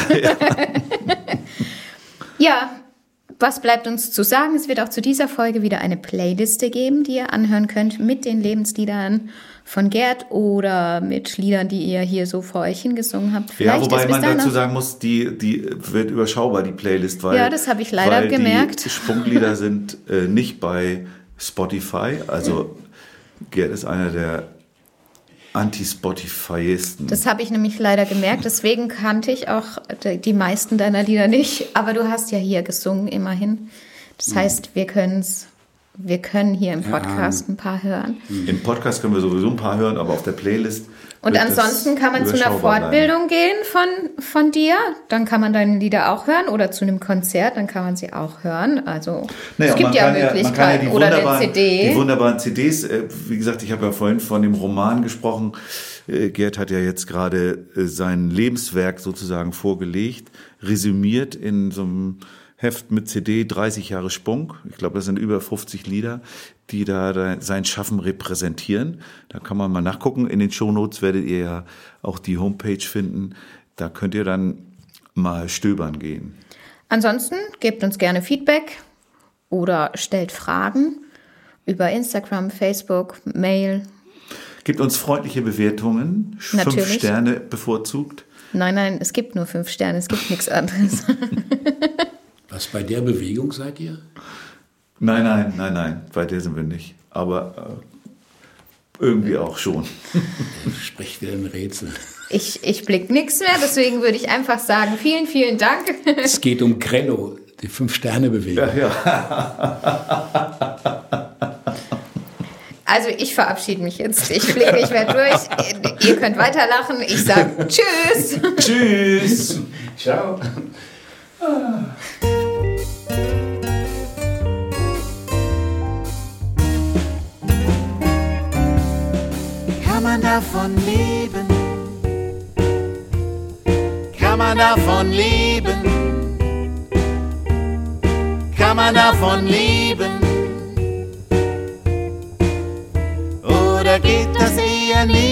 Ja, was bleibt uns zu sagen? Es wird auch zu dieser Folge wieder eine Playliste geben, die ihr anhören könnt mit den Lebensliedern von Gerd oder mit Liedern, die ihr hier so vor euch hingesungen habt. Vielleicht ja, wobei man dazu sagen muss, die wird überschaubar, die Playlist. Weil, ja, das habe ich leider gemerkt. Die Spunklieder sind nicht bei Spotify. Also Gerd ist einer der Anti-Spotifyisten. Das habe ich nämlich leider gemerkt, deswegen kannte ich auch die meisten deiner Lieder nicht, aber du hast ja hier gesungen immerhin. Das heißt, wir können es wir können hier im Podcast ein paar hören. Im Podcast können wir sowieso ein paar hören, aber auf der Playlist. Und ansonsten kann man zu einer Fortbildung gehen von dir. Dann kann man deine Lieder auch hören oder zu einem Konzert, dann kann man sie auch hören. Also es gibt ja Möglichkeiten. Oder eine CD. Die wunderbaren CDs. Wie gesagt, ich habe ja vorhin von dem Roman gesprochen. Gerd hat ja jetzt gerade sein Lebenswerk sozusagen vorgelegt, resümiert in so einem Heft mit CD, 30 Jahre Spunk. Ich glaube, das sind über 50 Lieder, die da sein Schaffen repräsentieren. Da kann man mal nachgucken. In den Shownotes werdet ihr ja auch die Homepage finden. Da könnt ihr dann mal stöbern gehen. Ansonsten gebt uns gerne Feedback oder stellt Fragen über Instagram, Facebook, Mail. Gebt uns freundliche Bewertungen. Natürlich. 5 Sterne bevorzugt. Nein, es gibt nur 5 Sterne, es gibt nichts anderes. Was, bei der Bewegung seid ihr? Nein, bei der sind wir nicht. Aber irgendwie auch schon. Spricht wieder ein Rätsel. Ich blick nichts mehr, deswegen würde ich einfach sagen, vielen, vielen Dank. Es geht um Grello, die 5-Sterne-Bewegung. Ja. Also ich verabschiede mich jetzt. Ich blicke nicht mehr durch. Ihr könnt weiterlachen. Ich sage Tschüss. Tschüss. Ciao. Kann man davon leben? Kann man davon leben? Kann man davon leben? Oder geht das eher nicht?